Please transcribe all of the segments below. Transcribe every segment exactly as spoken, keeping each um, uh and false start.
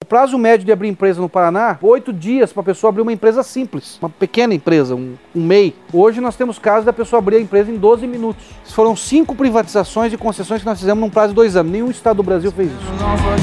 prazo médio de abrir empresa no Paraná, oito dias para a pessoa abrir uma empresa simples, uma pequena empresa, um, um M E I. Hoje nós temos casos da pessoa abrir a empresa em doze minutos. Foram cinco privatizações e concessões que nós fizemos num prazo de dois anos. Nenhum estado do Brasil fez isso.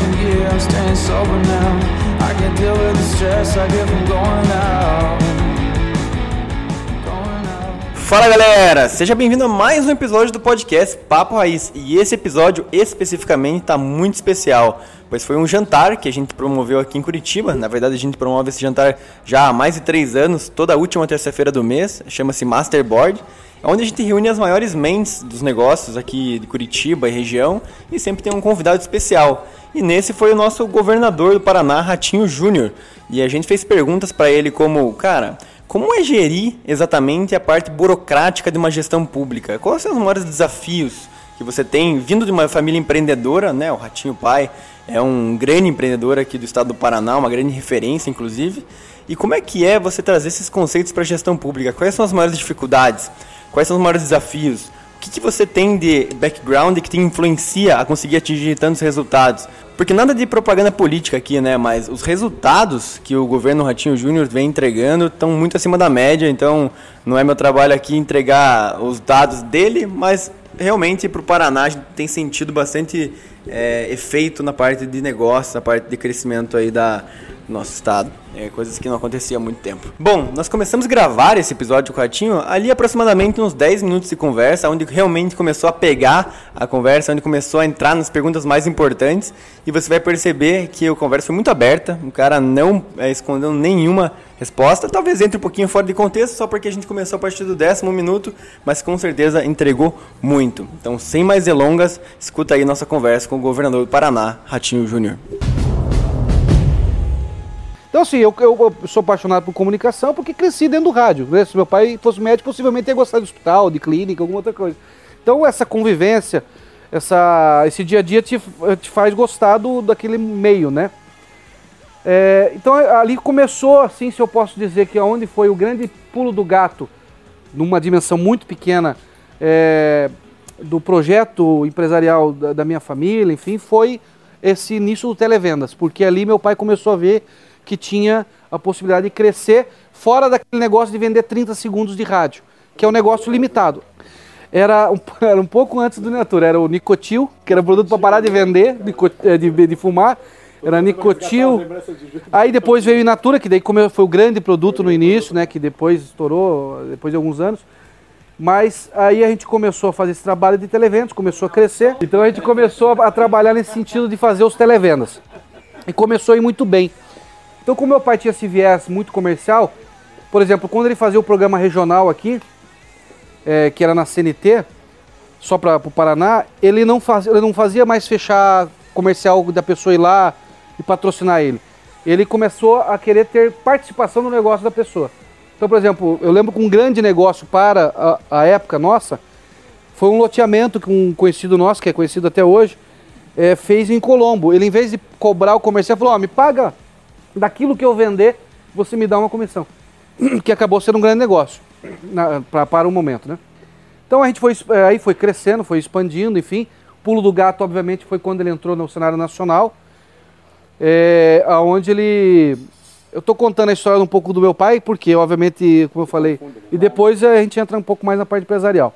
Fala galera, seja bem-vindo a mais um episódio do podcast Papo Raiz. E esse episódio especificamente está muito especial, pois foi um jantar que a gente promoveu aqui em Curitiba. Na verdade a gente promove esse jantar já há mais de três anos, toda a última terça-feira do mês, chama-se Masterboard, onde a gente reúne as maiores mentes dos negócios aqui de Curitiba e região e sempre tem um convidado especial. E nesse foi o nosso governador do Paraná, Ratinho Júnior, e a gente fez perguntas para ele como, cara... Como é gerir exatamente a parte burocrática de uma gestão pública? Quais são os maiores desafios que você tem vindo de uma família empreendedora, né? O Ratinho pai é um grande empreendedor aqui do estado do Paraná, uma grande referência, inclusive. E como é que é você trazer esses conceitos para a gestão pública? Quais são as maiores dificuldades? Quais são os maiores desafios? O que, que você tem de background que te influencia a conseguir atingir tantos resultados? Porque nada de propaganda política aqui, né? Mas os resultados que o governo Ratinho Júnior vem entregando estão muito acima da média. Então, não é meu trabalho aqui entregar os dados dele, mas realmente para o Paraná a gente tem sentido bastante é, efeito na parte de negócio, na parte de crescimento aí da nosso estado. É, coisas que não aconteciam há muito tempo. Bom, nós começamos a gravar esse episódio com o Ratinho ali aproximadamente uns dez minutos de conversa, onde realmente começou a pegar a conversa, onde começou a entrar nas perguntas mais importantes, e você vai perceber que a conversa foi muito aberta, o cara não é, escondeu nenhuma resposta, talvez entre um pouquinho fora de contexto, só porque a gente começou a partir do décimo minuto, mas com certeza entregou muito. Então, sem mais delongas, escuta aí nossa conversa com o governador do Paraná, Ratinho Júnior. Então, assim, eu, eu sou apaixonado por comunicação porque cresci dentro do rádio, né? Se meu pai fosse médico, possivelmente ia gostar de hospital, de clínica, alguma outra coisa. Então, essa convivência, essa, esse dia a dia te, te faz gostar do, daquele meio, né? É, então, ali começou, assim, se eu posso dizer que onde foi o grande pulo do gato, numa dimensão muito pequena, é, do projeto empresarial da, da minha família, enfim, foi esse início do televendas, porque ali meu pai começou a ver que tinha a possibilidade de crescer fora daquele negócio de vender trinta segundos de rádio, que é um negócio limitado. Era um, era um pouco antes do Natura, era o Nicotil, que era produto para parar de vender, de, de, de fumar, era Nicotil. Aí depois veio o Natura, que daí foi o grande produto no início, né, que depois estourou, depois de alguns anos. Mas aí a gente começou a fazer esse trabalho de televendas, começou a crescer. Então a gente começou a, a trabalhar nesse sentido de fazer os televendas. E começou a ir muito bem. Então, como meu pai tinha esse viés muito comercial, por exemplo, quando ele fazia o programa regional aqui, é, que era na C N T, só para o Paraná, ele não, faz, ele não fazia mais fechar comercial da pessoa ir lá e patrocinar ele. Ele começou a querer ter participação no negócio da pessoa. Então, por exemplo, eu lembro que um grande negócio para a, a época nossa foi um loteamento que um conhecido nosso, que é conhecido até hoje, é, fez em Colombo. Ele, em vez de cobrar o comercial, falou, ó, me paga daquilo que eu vender, você me dá uma comissão. Que acabou sendo um grande negócio na, pra, para o momento, né? Então a gente foi, aí foi crescendo, foi expandindo, enfim. O pulo do gato, obviamente, foi quando ele entrou no cenário nacional, é, onde ele... Eu estou contando a história um pouco do meu pai, porque, obviamente, como eu falei, e depois a gente entra um pouco mais na parte empresarial.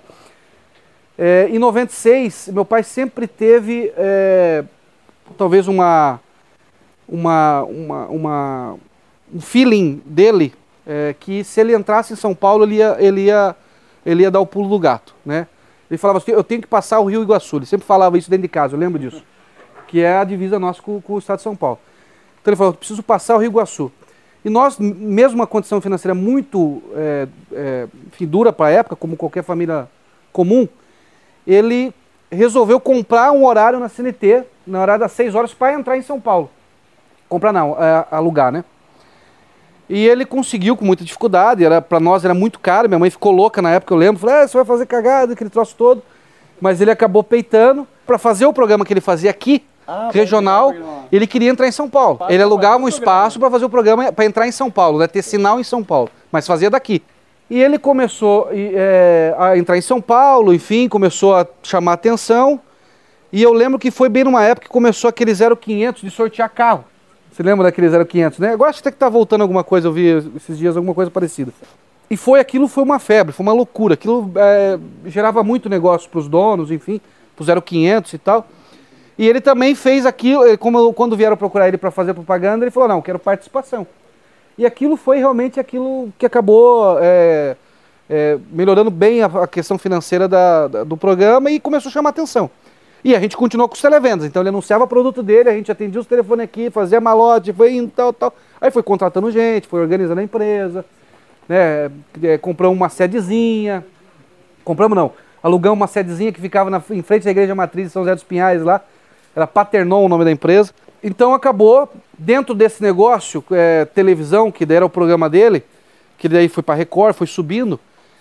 É, em noventa e seis, meu pai sempre teve, é, talvez uma... Uma, uma, uma, um feeling dele é, que se ele entrasse em São Paulo, ele ia, ele, ia, ele ia dar o pulo do gato, né? Ele falava assim, eu tenho que passar o Rio Iguaçu. Ele sempre falava isso dentro de casa, eu lembro disso. Que é a divisa nossa com, com o estado de São Paulo. Então ele falou, eu preciso passar o Rio Iguaçu. E nós, mesmo uma condição financeira muito é, é, enfim, dura para a época, como qualquer família comum, ele resolveu comprar um horário na C N T, na horário das seis horas, para entrar em São Paulo. Comprar não, é, alugar, né? E ele conseguiu com muita dificuldade, era, pra nós era muito caro, minha mãe ficou louca na época, eu lembro, falei, ah, você vai fazer cagada, aquele troço todo. Mas ele acabou peitando, para fazer o programa que ele fazia aqui, ah, regional, ele queria entrar em São Paulo. Para, ele alugava um espaço para fazer o programa, para entrar em São Paulo, né, ter sinal em São Paulo, mas fazia daqui. E ele começou é, a entrar em São Paulo, enfim, começou a chamar atenção. E eu lembro que foi bem numa época que começou aquele zero quinhentos de sortear carro. Você lembra daquele zero quinhentos, né? Agora acho até que tá voltando alguma coisa, eu vi esses dias alguma coisa parecida. E foi aquilo, foi uma febre, foi uma loucura. Aquilo é, gerava muito negócio para os donos, enfim, pro zero quinhentos e tal. E ele também fez aquilo, como quando vieram procurar ele para fazer propaganda, ele falou, não, quero participação. E aquilo foi realmente aquilo que acabou é, é, melhorando bem a, a questão financeira da, da, do programa e começou a chamar atenção. E a gente continuou com os televendas, então ele anunciava o produto dele, a gente atendia os telefones aqui, fazia malote, foi indo, tal, tal. Aí foi contratando gente, foi organizando a empresa, né, é, compramos uma sedezinha, compramos não, alugamos uma sedezinha que ficava na, em frente à Igreja Matriz de São José dos Pinhais lá, era Paternon o nome da empresa. Então acabou, dentro desse negócio, é, televisão, que daí era o programa dele, que daí foi para Record, foi subindo,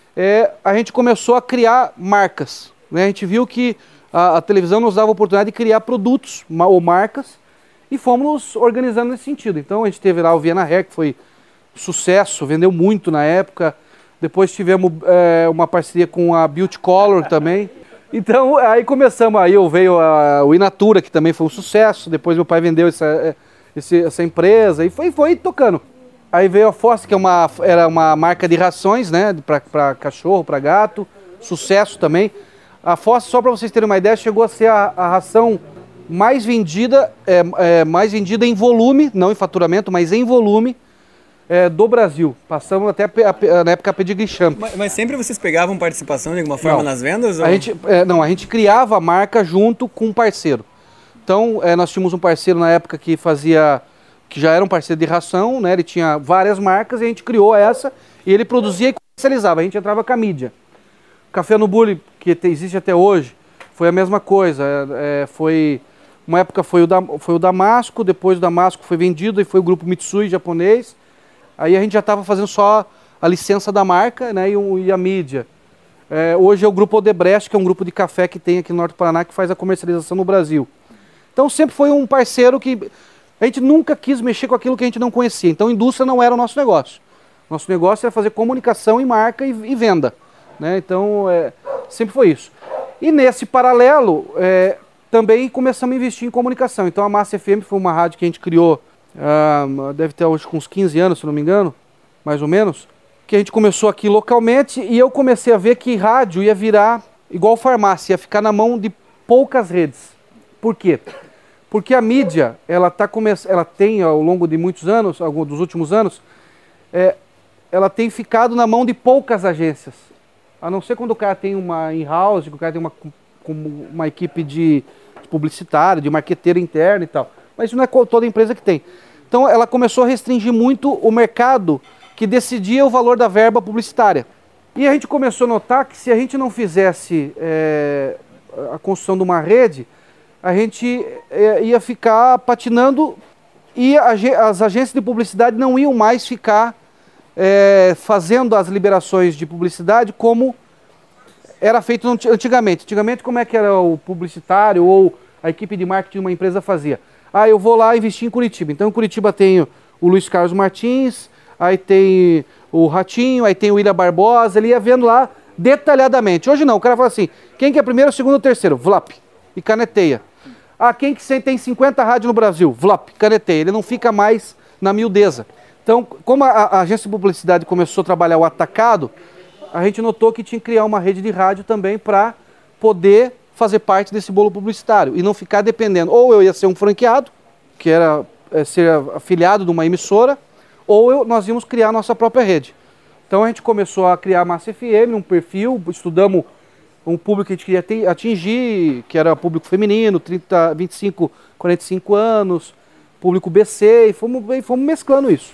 é, a gente começou a criar marcas, né, a gente viu que A, a televisão nos dava a oportunidade de criar produtos ou marcas e fomos nos organizando nesse sentido. Então a gente teve lá o Viena Hair, que foi sucesso, vendeu muito na época. Depois tivemos é, uma parceria com a Beauty Color também. Então aí começamos, aí eu veio a, o Inatura, que também foi um sucesso. Depois meu pai vendeu essa, esse, essa empresa e foi, foi tocando. Aí veio a Foster, que é uma, era uma marca de rações, né, para cachorro, para gato, sucesso também. A Foster, só para vocês terem uma ideia, chegou a ser a, a ração mais vendida, é, é, mais vendida em volume, não em faturamento, mas em volume é, do Brasil. Passamos até a, a, na época a Pedigree Champ. Mas, mas sempre vocês pegavam participação de alguma forma não. nas vendas? Ou? A gente, é, não, a gente criava a marca junto com um parceiro. Então, é, nós tínhamos um parceiro na época que fazia, que já era um parceiro de ração, né? Ele tinha várias marcas e a gente criou essa e ele produzia e comercializava. A gente entrava com a mídia. Café no Bule, que existe até hoje, foi a mesma coisa. É, foi, uma época foi o, da, foi o Damasco, depois o Damasco foi vendido e foi o grupo Mitsui japonês. Aí a gente já estava fazendo só a licença da marca, né, e, e a mídia. É, hoje é o grupo Odebrecht, que é um grupo de café que tem aqui no Norte do Paraná, que faz a comercialização no Brasil. Então sempre foi um parceiro que a gente nunca quis mexer com aquilo que a gente não conhecia. Então indústria não era o nosso negócio. Nosso negócio era fazer comunicação e marca e, e venda. Né? Então, é, sempre foi isso. E nesse paralelo, é, também começamos a investir em comunicação. Então, a Massa F M foi uma rádio que a gente criou, ah, deve ter hoje com uns quinze anos, se não me engano, mais ou menos, que a gente começou aqui localmente e eu comecei a ver que rádio ia virar igual farmácia, ia ficar na mão de poucas redes. Por quê? Porque a mídia, ela, tá come... ela tem, ao longo de muitos anos, alguns dos últimos anos, é, ela tem ficado na mão de poucas agências. A não ser quando o cara tem uma in-house, que o cara tem uma, uma equipe de publicitário, de marqueteiro interno e tal. Mas isso não é toda empresa que tem. Então ela começou a restringir muito o mercado que decidia o valor da verba publicitária. E a gente começou a notar que se a gente não fizesse é, a construção de uma rede, a gente é, ia ficar patinando e a, as agências de publicidade não iam mais ficar É, fazendo as liberações de publicidade como era feito antigamente. Antigamente, como é que era o publicitário ou a equipe de marketing de uma empresa fazia? Ah, eu vou lá investir em Curitiba. Então, em Curitiba tem o Luiz Carlos Martins, aí tem o Ratinho, aí tem o William Barbosa, ele ia vendo lá detalhadamente. Hoje não, o cara fala assim, quem que é primeiro, segundo, terceiro? Vlap, e caneteia. Ah, quem que tem cinquenta rádios no Brasil? Vlap, caneteia. Ele não fica mais na miudeza. Então, como a, a agência de publicidade começou a trabalhar o atacado, a gente notou que tinha que criar uma rede de rádio também para poder fazer parte desse bolo publicitário e não ficar dependendo. Ou eu ia ser um franqueado, que era é, ser afiliado de uma emissora, ou eu, nós íamos criar a nossa própria rede. Então a gente começou a criar a Massa F M, um perfil, estudamos um público que a gente queria atingir, que era público feminino, trinta, vinte e cinco, quarenta e cinco anos, público B C, e fomos, e fomos mesclando isso.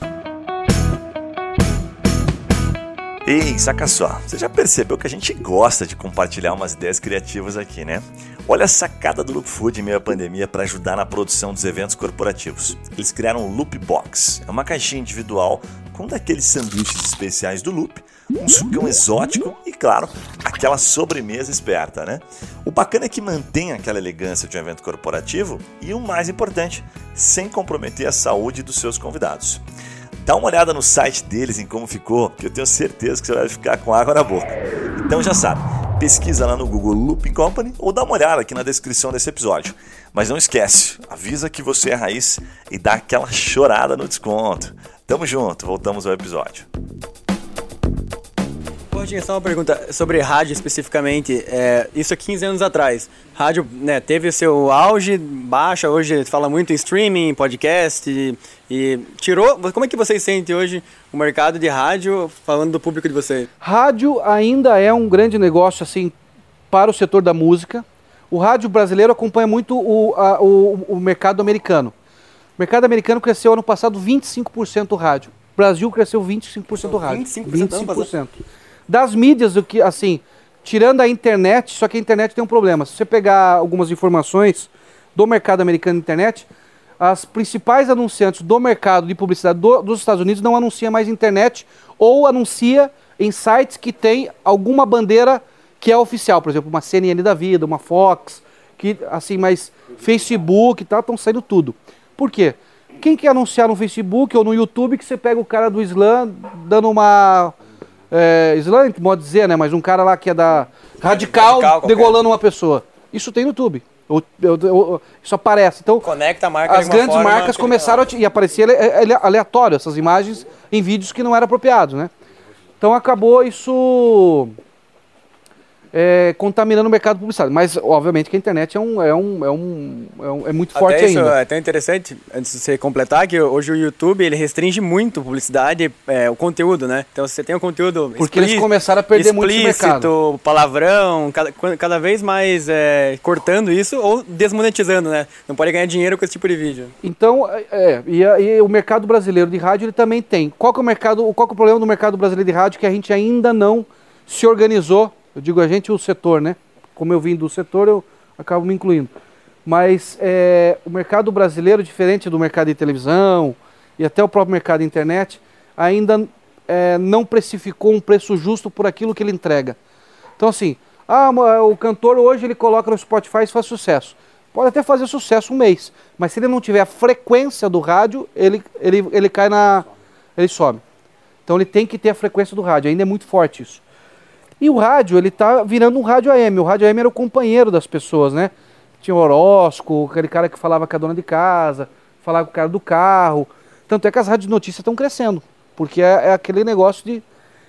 Ei, saca só, você já percebeu que a gente gosta de compartilhar umas ideias criativas aqui, né? Olha a sacada do Loop Food em meio à pandemia para ajudar na produção dos eventos corporativos. Eles criaram o Loop Box, é uma caixinha individual com daqueles sanduíches especiais do Loop, um sucão exótico e, claro, aquela sobremesa esperta, né? O bacana é que mantém aquela elegância de um evento corporativo e, o mais importante, sem comprometer a saúde dos seus convidados. Dá uma olhada no site deles em como ficou, que eu tenho certeza que você vai ficar com água na boca. Então já sabe, pesquisa lá no Google Looping Company ou dá uma olhada aqui na descrição desse episódio. Mas não esquece, avisa que você é raiz e dá aquela chorada no desconto. Tamo junto, voltamos ao episódio. Tinha só uma pergunta sobre rádio especificamente. É, isso há quinze anos atrás. Rádio, né, teve o seu auge, baixa, hoje fala muito em streaming, podcast e, e tirou. Como é que vocês sentem hoje o mercado de rádio, falando do público de vocês? Rádio ainda é um grande negócio assim para o setor da música. O rádio brasileiro acompanha muito o, a, o, o mercado americano. O mercado americano cresceu ano passado vinte e cinco por cento o rádio. O Brasil cresceu vinte e cinco por cento o rádio. vinte e cinco por cento? vinte e cinco por cento. Das mídias, o que, assim, tirando a internet, só que a internet tem um problema. Se você pegar algumas informações do mercado americano de internet, as principais anunciantes do mercado de publicidade do, dos Estados Unidos não anunciam mais internet ou anuncia em sites que tem alguma bandeira que é oficial. Por exemplo, uma C N N da vida, uma Fox, que, assim, mas Facebook e tal, estão saindo tudo. Por quê? Quem quer anunciar no Facebook ou no YouTube que você pega o cara do Islã dando uma... É, Islã, pode dizer, né? Mas um cara lá que é da radical, radical degolando uma pessoa. Isso tem no YouTube. Ou, ou, ou, isso aparece. Então, conecta a marca as grandes marcas começaram a, e aparecer aleatório essas imagens em vídeos que não eram apropriados, né? Então acabou isso é, contaminando o mercado publicitário. Mas, obviamente, que a internet é, um, é, um, é, um, é, um, é muito Até forte isso ainda. É até interessante, antes de você completar, que hoje o YouTube ele restringe muito a publicidade, é, o conteúdo, né? Então, você tem o conteúdo Porque eles começaram a perder muito esse mercado. Palavrão, cada, cada vez mais é, cortando isso ou desmonetizando, né? Não pode ganhar dinheiro com esse tipo de vídeo. Então, é, e, e o mercado brasileiro de rádio ele também tem. Qual que é o mercado, qual que é o problema do mercado brasileiro de rádio? Que a gente ainda não se organizou. Eu digo a gente, o setor, né? Como eu vim do setor, eu acabo me incluindo. Mas é, o mercado brasileiro, diferente do mercado de televisão e até o próprio mercado de internet, ainda é, não precificou um preço justo por aquilo que ele entrega. Então assim, ah, o cantor hoje ele coloca no Spotify e faz sucesso. Pode até fazer sucesso um mês, mas se ele não tiver a frequência do rádio, ele, ele, ele cai na... ele some. Então ele tem que ter a frequência do rádio, ainda é muito forte isso. E o rádio, ele tá virando um rádio A M. O rádio A M era o companheiro das pessoas, né? Tinha o horóscopo, aquele cara que falava com a dona de casa, falava com o cara do carro. Tanto é que as rádios de notícias estão crescendo, porque é, é aquele negócio de,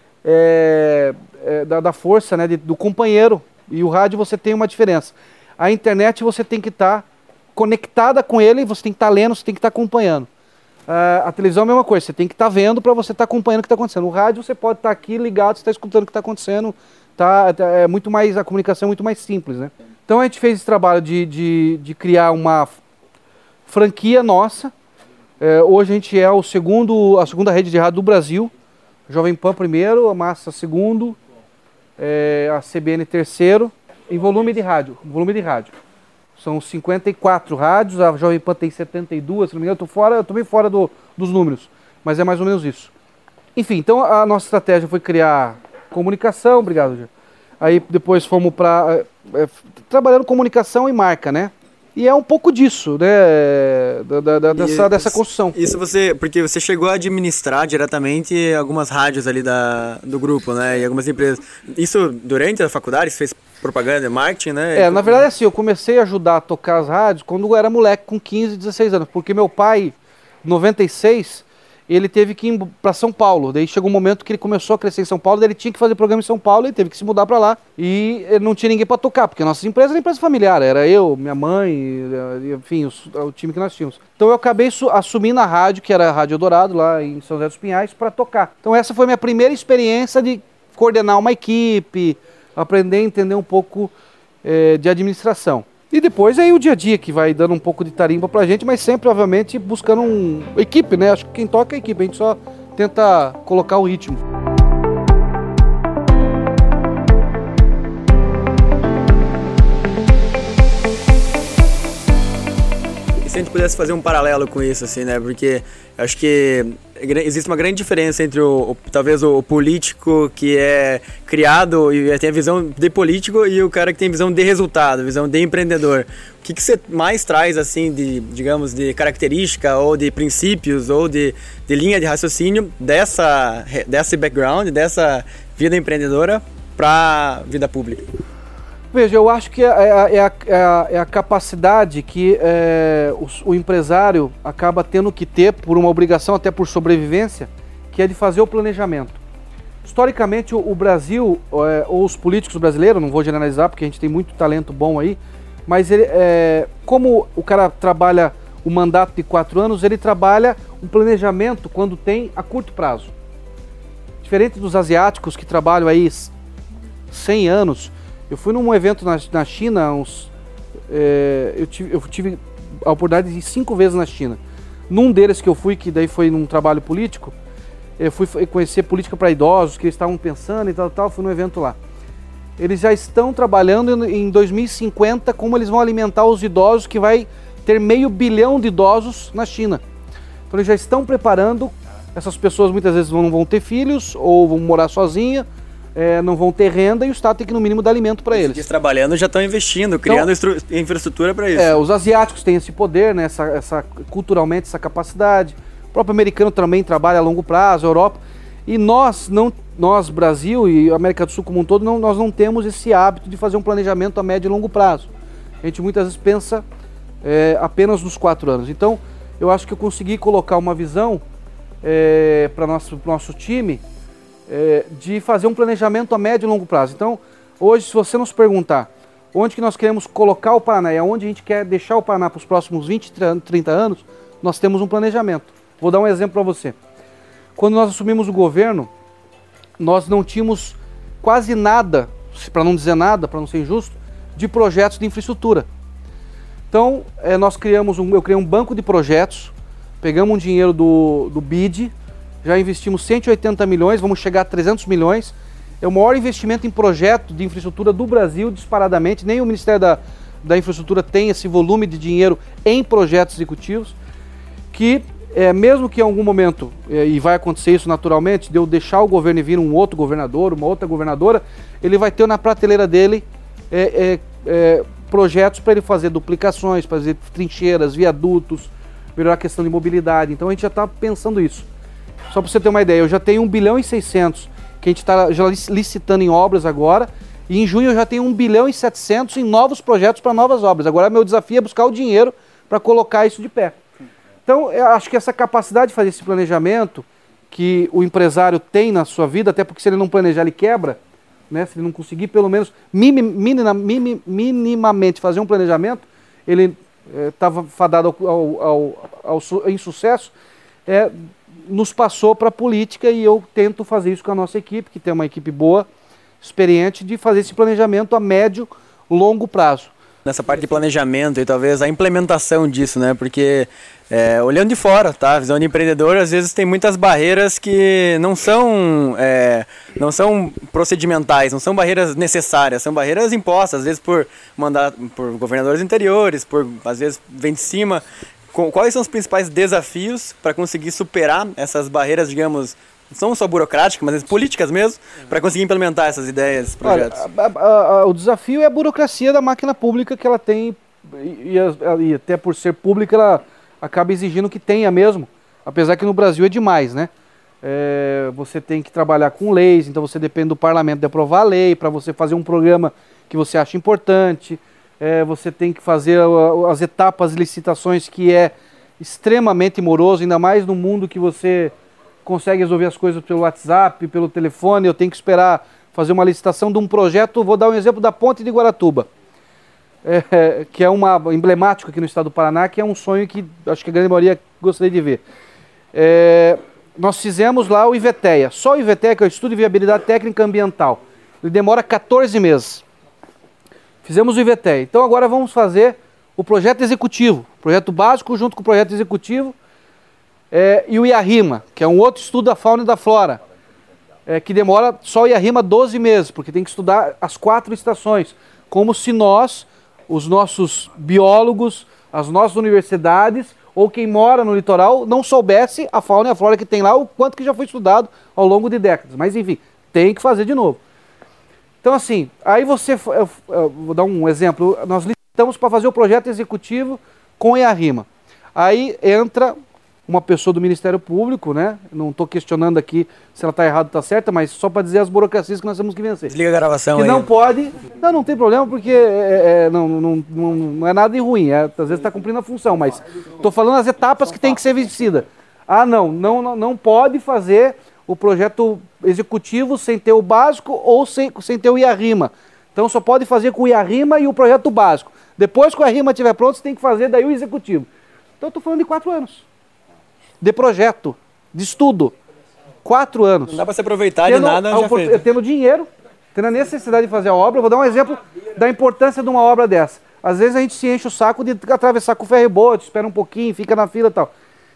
é, é, da, da força, né? De, do companheiro. E o rádio você tem uma diferença. A internet você tem que estar tá conectada com ele, você tem que estar tá lendo, você tem que estar tá acompanhando. Uh, a televisão é a mesma coisa, você tem que estar tá vendo para você estar tá acompanhando o que está acontecendo. O rádio você pode estar tá aqui ligado, você está escutando o que está acontecendo, tá, é muito mais, a comunicação é muito mais simples, né? Então a gente fez esse trabalho de, de, de criar uma franquia nossa. É, hoje a gente é o segundo, a segunda rede de rádio do Brasil. Jovem Pan primeiro, a Massa segundo, é, a C B N terceiro, em volume de rádio, volume de rádio. São cinquenta e quatro rádios, a Jovem Pan tem setenta e duas, se não me engano, eu tô fora, eu tô bem fora do, dos números, mas é mais ou menos isso. Enfim, então a nossa estratégia foi criar comunicação, obrigado, Gê. Aí depois fomos para é, é, trabalhando comunicação e marca, né? E é um pouco disso, né, da, da, dessa, e, dessa construção. Isso você, porque você chegou a administrar diretamente algumas rádios ali da, do grupo, né, e algumas empresas. Isso durante a faculdade, você fez propaganda e marketing, né? É, na verdade assim, eu comecei a ajudar a tocar as rádios quando eu era moleque, com quinze, dezesseis anos, porque meu pai, em noventa e seis, ele teve que ir para São Paulo. Daí chegou um momento que ele começou a crescer em São Paulo, daí ele tinha que fazer programa em São Paulo, ele teve que se mudar para lá. E não tinha ninguém para tocar, porque a nossa empresa era empresa familiar, era eu, minha mãe, enfim, o, o time que nós tínhamos. Então eu acabei assumindo a rádio, que era a Rádio Dourado, lá em São José dos Pinhais, para tocar. Então essa foi a minha primeira experiência de coordenar uma equipe, aprender a entender um pouco é, de administração. E depois aí o dia a dia que vai dando um pouco de tarimba pra gente, mas sempre, obviamente, buscando um equipe, né? Acho que quem toca é a equipe, a gente só tenta colocar o ritmo. E se a gente pudesse fazer um paralelo com isso, assim, né? Porque acho que existe uma grande diferença entre o, o talvez o, o político que é criado e tem a visão de político e o cara que tem visão de resultado, visão de empreendedor. O que, que você mais traz, assim, de, digamos, de característica ou de princípios ou de, de linha de raciocínio dessa, desse background, dessa vida empreendedora para a vida pública? Veja, eu acho que é a, é a, é a, é a capacidade que é, o, o empresário acaba tendo que ter, por uma obrigação, até por sobrevivência, que é de fazer o planejamento. Historicamente, o, o Brasil, é, ou os políticos brasileiros, não vou generalizar porque a gente tem muito talento bom aí, mas ele, é, como o cara trabalha o mandato de quatro anos, ele trabalha um planejamento quando tem a curto prazo. Diferente dos asiáticos que trabalham aí cem anos. Eu fui num evento na, na China, uns, é, eu, tive, eu tive a oportunidade de ir cinco vezes na China. Num deles que eu fui, que daí foi num trabalho político, eu fui conhecer política para idosos, que eles estavam pensando e tal, tal, fui num evento lá. Eles já estão trabalhando em dois mil e cinquenta como eles vão alimentar os idosos, que vai ter meio bilhão de idosos na China. Então eles já estão preparando, essas pessoas muitas vezes não vão ter filhos, ou vão morar sozinhas, é, não vão ter renda, e o Estado tem que no mínimo dar alimento para eles. Eles trabalhando já estão investindo, criando então, infraestrutura para isso. É, os asiáticos têm esse poder, né, essa, essa, culturalmente essa capacidade, o próprio americano também trabalha a longo prazo, a Europa, e nós, não, nós Brasil e América do Sul como um todo, não, nós não temos esse hábito de fazer um planejamento a médio e longo prazo. A gente muitas vezes pensa é, apenas nos quatro anos. Então, eu acho que eu consegui colocar uma visão é, para o nosso, nosso time é, de fazer um planejamento a médio e longo prazo. Então, hoje, se você nos perguntar onde que nós queremos colocar o Paraná e aonde a gente quer deixar o Paraná para os próximos vinte, trinta anos, nós temos um planejamento. Vou dar um exemplo para você. Quando nós assumimos o governo, nós não tínhamos quase nada, para não dizer nada, para não ser injusto, de projetos de infraestrutura. Então, é, nós criamos um, eu criei um banco de projetos, pegamos um dinheiro do, do B I D, já investimos cento e oitenta milhões, vamos chegar a trezentos milhões. É o maior investimento em projeto de infraestrutura do Brasil, disparadamente. Nem o Ministério da, da Infraestrutura tem esse volume de dinheiro em projetos executivos, que é, mesmo que em algum momento, é, e vai acontecer isso naturalmente, de eu deixar o governo e vir um outro governador, uma outra governadora, ele vai ter na prateleira dele é, é, é, projetos para ele fazer duplicações, fazer trincheiras, viadutos, melhorar a questão de mobilidade. Então a gente já está pensando isso. Só para você ter uma ideia, eu já tenho um bilhão e seiscentos que a gente está já licitando em obras agora, e em junho eu já tenho um bilhão e setecentos em novos projetos para novas obras. Agora meu desafio é buscar o dinheiro para colocar isso de pé. Então eu acho que essa capacidade de fazer esse planejamento que o empresário tem na sua vida, até porque se ele não planejar ele quebra, né? Se ele não conseguir pelo menos minim, minim, minim, minimamente fazer um planejamento, ele estava é, fadado ao, ao, ao, ao, ao insucesso, é, nos passou para a política, e eu tento fazer isso com a nossa equipe, que tem uma equipe boa, experiente, de fazer esse planejamento a médio, longo prazo. Nessa parte de planejamento e talvez a implementação disso, né? Porque é, olhando de fora, tá? A visão de empreendedor, às vezes tem muitas barreiras que não são, é, não são procedimentais, não são barreiras necessárias, são barreiras impostas, às vezes por, mandar, por governadores anteriores, por, às vezes vem de cima. Quais são os principais desafios para conseguir superar essas barreiras, digamos, não só burocráticas, mas políticas mesmo, para conseguir implementar essas ideias, projetos? Olha, a, a, a, o desafio é a burocracia da máquina pública que ela tem, e, e até por ser pública ela acaba exigindo que tenha mesmo, apesar que no Brasil é demais, né? É, você tem que trabalhar com leis, então você depende do parlamento de aprovar a lei, para você fazer um programa que você acha importante. É, você tem que fazer as etapas de licitações, que é extremamente moroso, ainda mais no mundo que você consegue resolver as coisas pelo WhatsApp, pelo telefone. Eu tenho que esperar fazer uma licitação de um projeto. Vou dar um exemplo da Ponte de Guaratuba, é, que é uma emblemática aqui no estado do Paraná, que é um sonho que acho que a grande maioria gostaria de ver. É, nós fizemos lá o IVETEA, só o IVETEA, que é o Estudo de Viabilidade Técnica Ambiental. Ele demora quatorze meses. Fizemos o IVETEA. Então agora vamos fazer o projeto executivo, projeto básico junto com o projeto executivo, é, e o IARIMA, que é um outro estudo da fauna e da flora, é, que demora só o IARIMA doze meses, porque tem que estudar as quatro estações, como se nós, os nossos biólogos, as nossas universidades, ou quem mora no litoral, não soubesse a fauna e a flora que tem lá, o quanto que já foi estudado ao longo de décadas. Mas enfim, tem que fazer de novo. Então assim, aí você, eu, eu vou dar um exemplo, nós licitamos para fazer o projeto executivo com o IARIMA. Aí entra uma pessoa do Ministério Público, né? Não estou questionando aqui se ela está errada ou está certa, mas só para dizer as burocracias que nós temos que vencer. Desliga a gravação que aí. não pode... Não, não tem problema, porque é, é, não, não, não, não é nada de ruim. É, às vezes está cumprindo a função, mas estou falando as etapas que tem que ser vencidas. Ah, não, não, não, não pode fazer o projeto executivo sem ter o básico ou sem, sem ter o IARIMA. Então só pode fazer com o IARIMA e o projeto básico. Depois que o IARIMA estiver pronto, você tem que fazer daí o executivo. Então eu estou falando de quatro anos. De projeto, de estudo. Quatro anos. Não dá para se aproveitar tendo, de nada, já fez. Tendo dinheiro, tendo a necessidade de fazer a obra. Eu vou dar um exemplo da importância de uma obra dessa. Às vezes a gente se enche o saco de atravessar com o ferry-boat, espera um pouquinho, fica na fila e tal.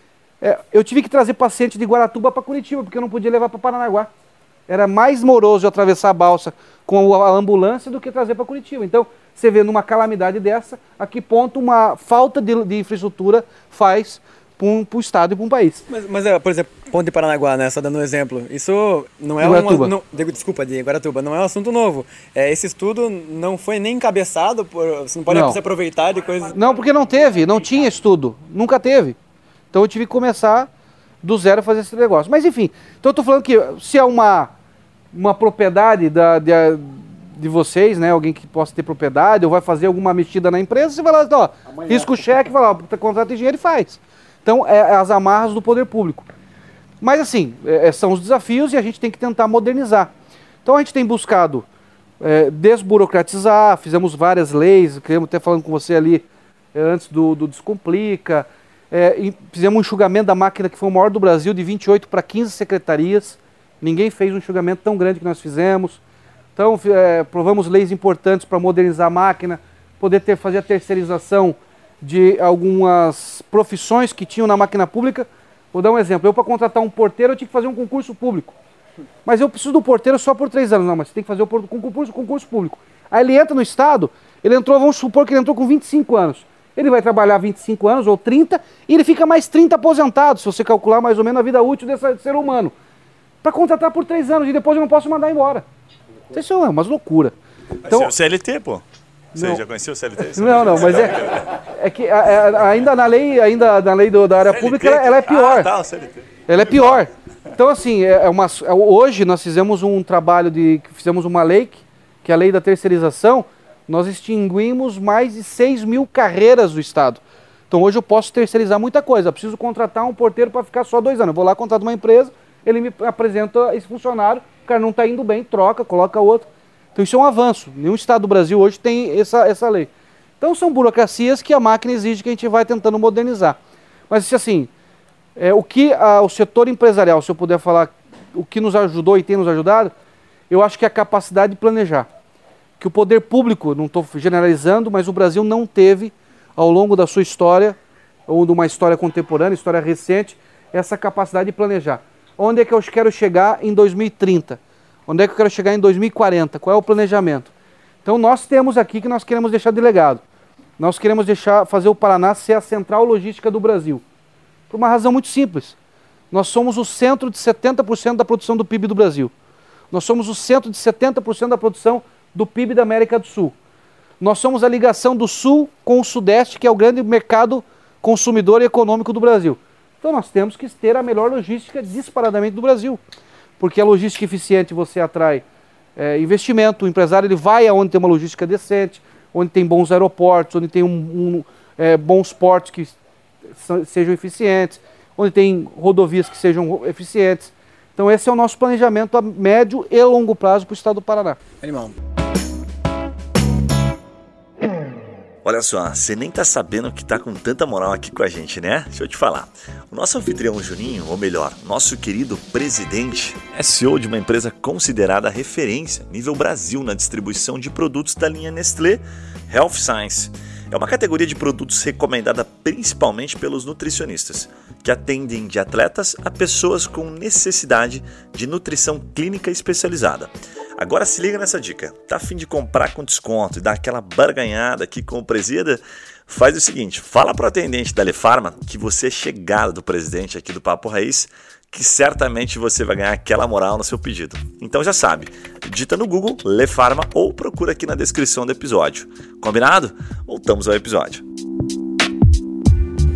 É, eu tive que trazer paciente de Guaratuba para Curitiba, porque eu não podia levar para Paranaguá. Era mais moroso eu atravessar a balsa com a ambulância do que trazer para Curitiba. Então, você vê numa calamidade dessa, a que ponto uma falta de, de infraestrutura faz para um, um estado e para um país. Mas, mas, por exemplo, Ponte de Paranaguá, né? Só dando um exemplo. Isso não é um... Não, desculpa, de Guaratuba. Não é um assunto novo. É, esse estudo não foi nem encabeçado, por, você não pode não. se aproveitar de coisas... Não, porque não teve, não tinha estudo. Nunca teve. Então eu tive que começar do zero a fazer esse negócio. Mas enfim, então eu estou falando que se é uma, uma propriedade da, de, de vocês, né, alguém que possa ter propriedade, ou vai fazer alguma mexida na empresa, você vai lá, ó, Amanhã. risca o cheque, vai lá, contrata engenheiro e faz. Então é, é as amarras do poder público. Mas assim, é, são os desafios e a gente tem que tentar modernizar. Então a gente tem buscado é, desburocratizar, fizemos várias leis, queremos até falando com você ali é, antes do, do Descomplica. É, fizemos um enxugamento da máquina que foi o maior do Brasil, de vinte e oito para quinze secretarias. Ninguém fez um enxugamento tão grande que nós fizemos. Então, é, provamos leis importantes para modernizar a máquina, poder ter, fazer a terceirização de algumas profissões que tinham na máquina pública. Vou dar um exemplo. Eu, para contratar um porteiro, eu tinha que fazer um concurso público. Mas eu preciso do porteiro só por três anos. Não, mas você tem que fazer o concurso, concurso público. Aí ele entra no Estado, ele entrou, vamos supor que ele entrou com vinte e cinco anos. Ele vai trabalhar vinte e cinco anos ou trinta e ele fica mais trinta aposentado, se você calcular mais ou menos a vida útil desse ser humano. Para contratar por três anos e depois eu não posso mandar embora. Isso é uma loucura. Então, o C L T, pô. Você não. já conheceu o C L T? Você não, não, mas é, é que é, ainda na lei, ainda na lei do, da área C L T, pública, ela, ela é pior. Ah, tá, o C L T. Ela é pior. Então, assim, é uma, hoje nós fizemos um trabalho de. Fizemos uma lei, que é a lei da terceirização. Nós extinguimos mais de seis mil carreiras do Estado. Então hoje eu posso terceirizar muita coisa. Eu preciso contratar um porteiro para ficar só dois anos. Eu vou lá, contrato uma empresa, ele me apresenta esse funcionário, o cara não está indo bem, troca, coloca outro. Então isso é um avanço. Nenhum Estado do Brasil hoje tem essa, essa lei. Então são burocracias que a máquina exige que a gente vai tentando modernizar. Mas assim, é, o que a, o setor empresarial, se eu puder falar, o que nos ajudou e tem nos ajudado, eu acho que é a capacidade de planejar. Que o poder público, não estou generalizando, mas o Brasil não teve, ao longo da sua história, ou de uma história contemporânea, história recente, essa capacidade de planejar. Onde é que eu quero chegar em dois mil e trinta? Onde é que eu quero chegar em dois mil e quarenta? Qual é o planejamento? Então nós temos aqui que nós queremos deixar de legado. Nós queremos deixar, fazer o Paraná ser a central logística do Brasil. Por uma razão muito simples. Nós somos o centro de setenta por cento da produção do P I B do Brasil. Nós somos o centro de setenta por cento da produção do P I B da América do Sul. Nós somos a ligação do Sul com o Sudeste, que é o grande mercado consumidor e econômico do Brasil. Então nós temos que ter a melhor logística disparadamente do Brasil. Porque a logística eficiente você atrai é, investimento, o empresário ele vai aonde tem uma logística decente, onde tem bons aeroportos, onde tem um, um, é, bons portos que sejam eficientes, onde tem rodovias que sejam eficientes. Então esse é o nosso planejamento a médio e longo prazo para o estado do Paraná. Animal. Olha só, você nem tá sabendo que tá com tanta moral aqui com a gente, né? Deixa eu te falar. O nosso anfitrião Juninho, ou melhor, nosso querido presidente, é C E O de uma empresa considerada referência nível Brasil na distribuição de produtos da linha Nestlé Health Science. É uma categoria de produtos recomendada principalmente pelos nutricionistas, que atendem de atletas a pessoas com necessidade de nutrição clínica especializada. Agora se liga nessa dica. Tá a fim de comprar com desconto e dar aquela barganhada aqui com o presida? Faz o seguinte, fala pro atendente da Lefarma que você é chegado do presidente aqui do Papo Raiz, que certamente você vai ganhar aquela moral no seu pedido. Então já sabe, digita no Google Lefarma ou procura aqui na descrição do episódio. Combinado? Voltamos ao episódio.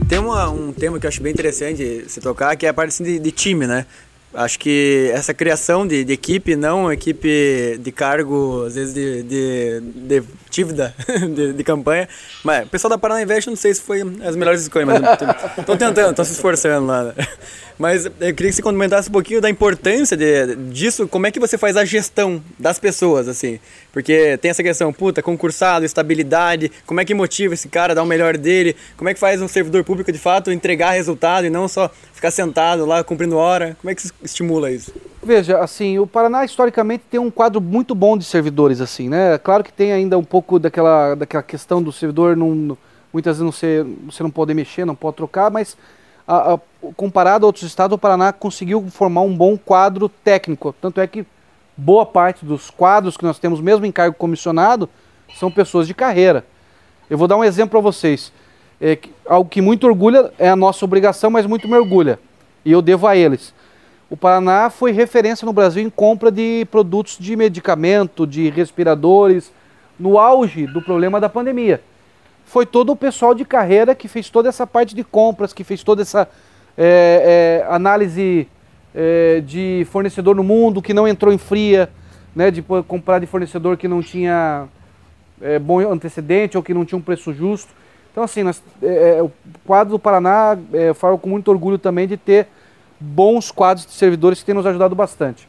Tem uma, um tema que eu acho bem interessante você tocar, que é a parte assim, de, de time, né? Acho que essa criação de, de equipe, não equipe de cargo, às vezes de, de, de dívida, de, de campanha. Mas o pessoal da Paraná Invest, não sei se foi as melhores escolhas, mas estão tentando, estão se esforçando lá. Né? Mas eu queria que você comentasse um pouquinho da importância de, disso, como é que você faz a gestão das pessoas, assim. Porque tem essa questão, puta, concursado, estabilidade, como é que motiva esse cara a dar o melhor dele, como é que faz um servidor público, de fato, entregar resultado e não só ficar sentado lá, cumprindo hora, como é que se estimula isso? Veja, assim, o Paraná historicamente tem um quadro muito bom de servidores, assim, né? Claro que tem ainda um pouco daquela, daquela questão do servidor, não, muitas vezes não ser, você não pode mexer, não pode trocar, mas a, a, comparado a outros estados, o Paraná conseguiu formar um bom quadro técnico, tanto é que boa parte dos quadros que nós temos, mesmo em cargo comissionado, são pessoas de carreira. Eu vou dar um exemplo para vocês. É, algo que muito orgulha, é a nossa obrigação, mas muito me orgulha, e eu devo a eles. O Paraná foi referência no Brasil em compra de produtos de medicamento, de respiradores, no auge do problema da pandemia. Foi todo o pessoal de carreira que fez toda essa parte de compras, que fez toda essa é, é, análise é, de fornecedor no mundo, que não entrou em fria, né, de comprar de fornecedor que não tinha é, bom antecedente ou que não tinha um preço justo. Então, assim, nós, é, o quadro do Paraná, é, eu falo com muito orgulho também de ter bons quadros de servidores que têm nos ajudado bastante.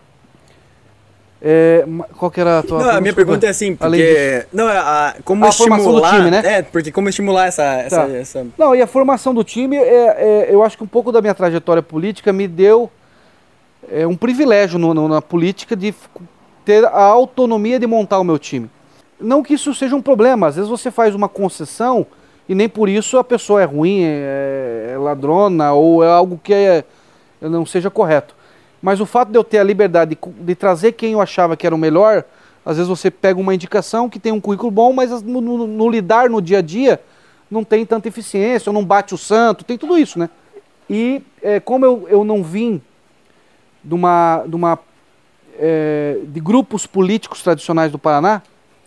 É, qual que era a tua Não, a minha pergunta é assim, porque... Não, a, como a estimular... formação do time, né? É, porque como estimular essa... essa, tá. essa... Não, e a formação do time, é, é, eu acho que um pouco da minha trajetória política me deu é, um privilégio no, no, na política de ter a autonomia de montar o meu time. Não que isso seja um problema, às vezes você faz uma concessão e nem por isso a pessoa é ruim, é, é ladrona ou é algo que é, não seja correto. Mas o fato de eu ter a liberdade de, de trazer quem eu achava que era o melhor, às vezes você pega uma indicação que tem um currículo bom, mas no, no, no lidar no dia a dia não tem tanta eficiência, ou não bate o santo, tem tudo isso, né? E é, como eu, eu não vim de, uma, de, uma, é, de grupos políticos tradicionais do Paraná,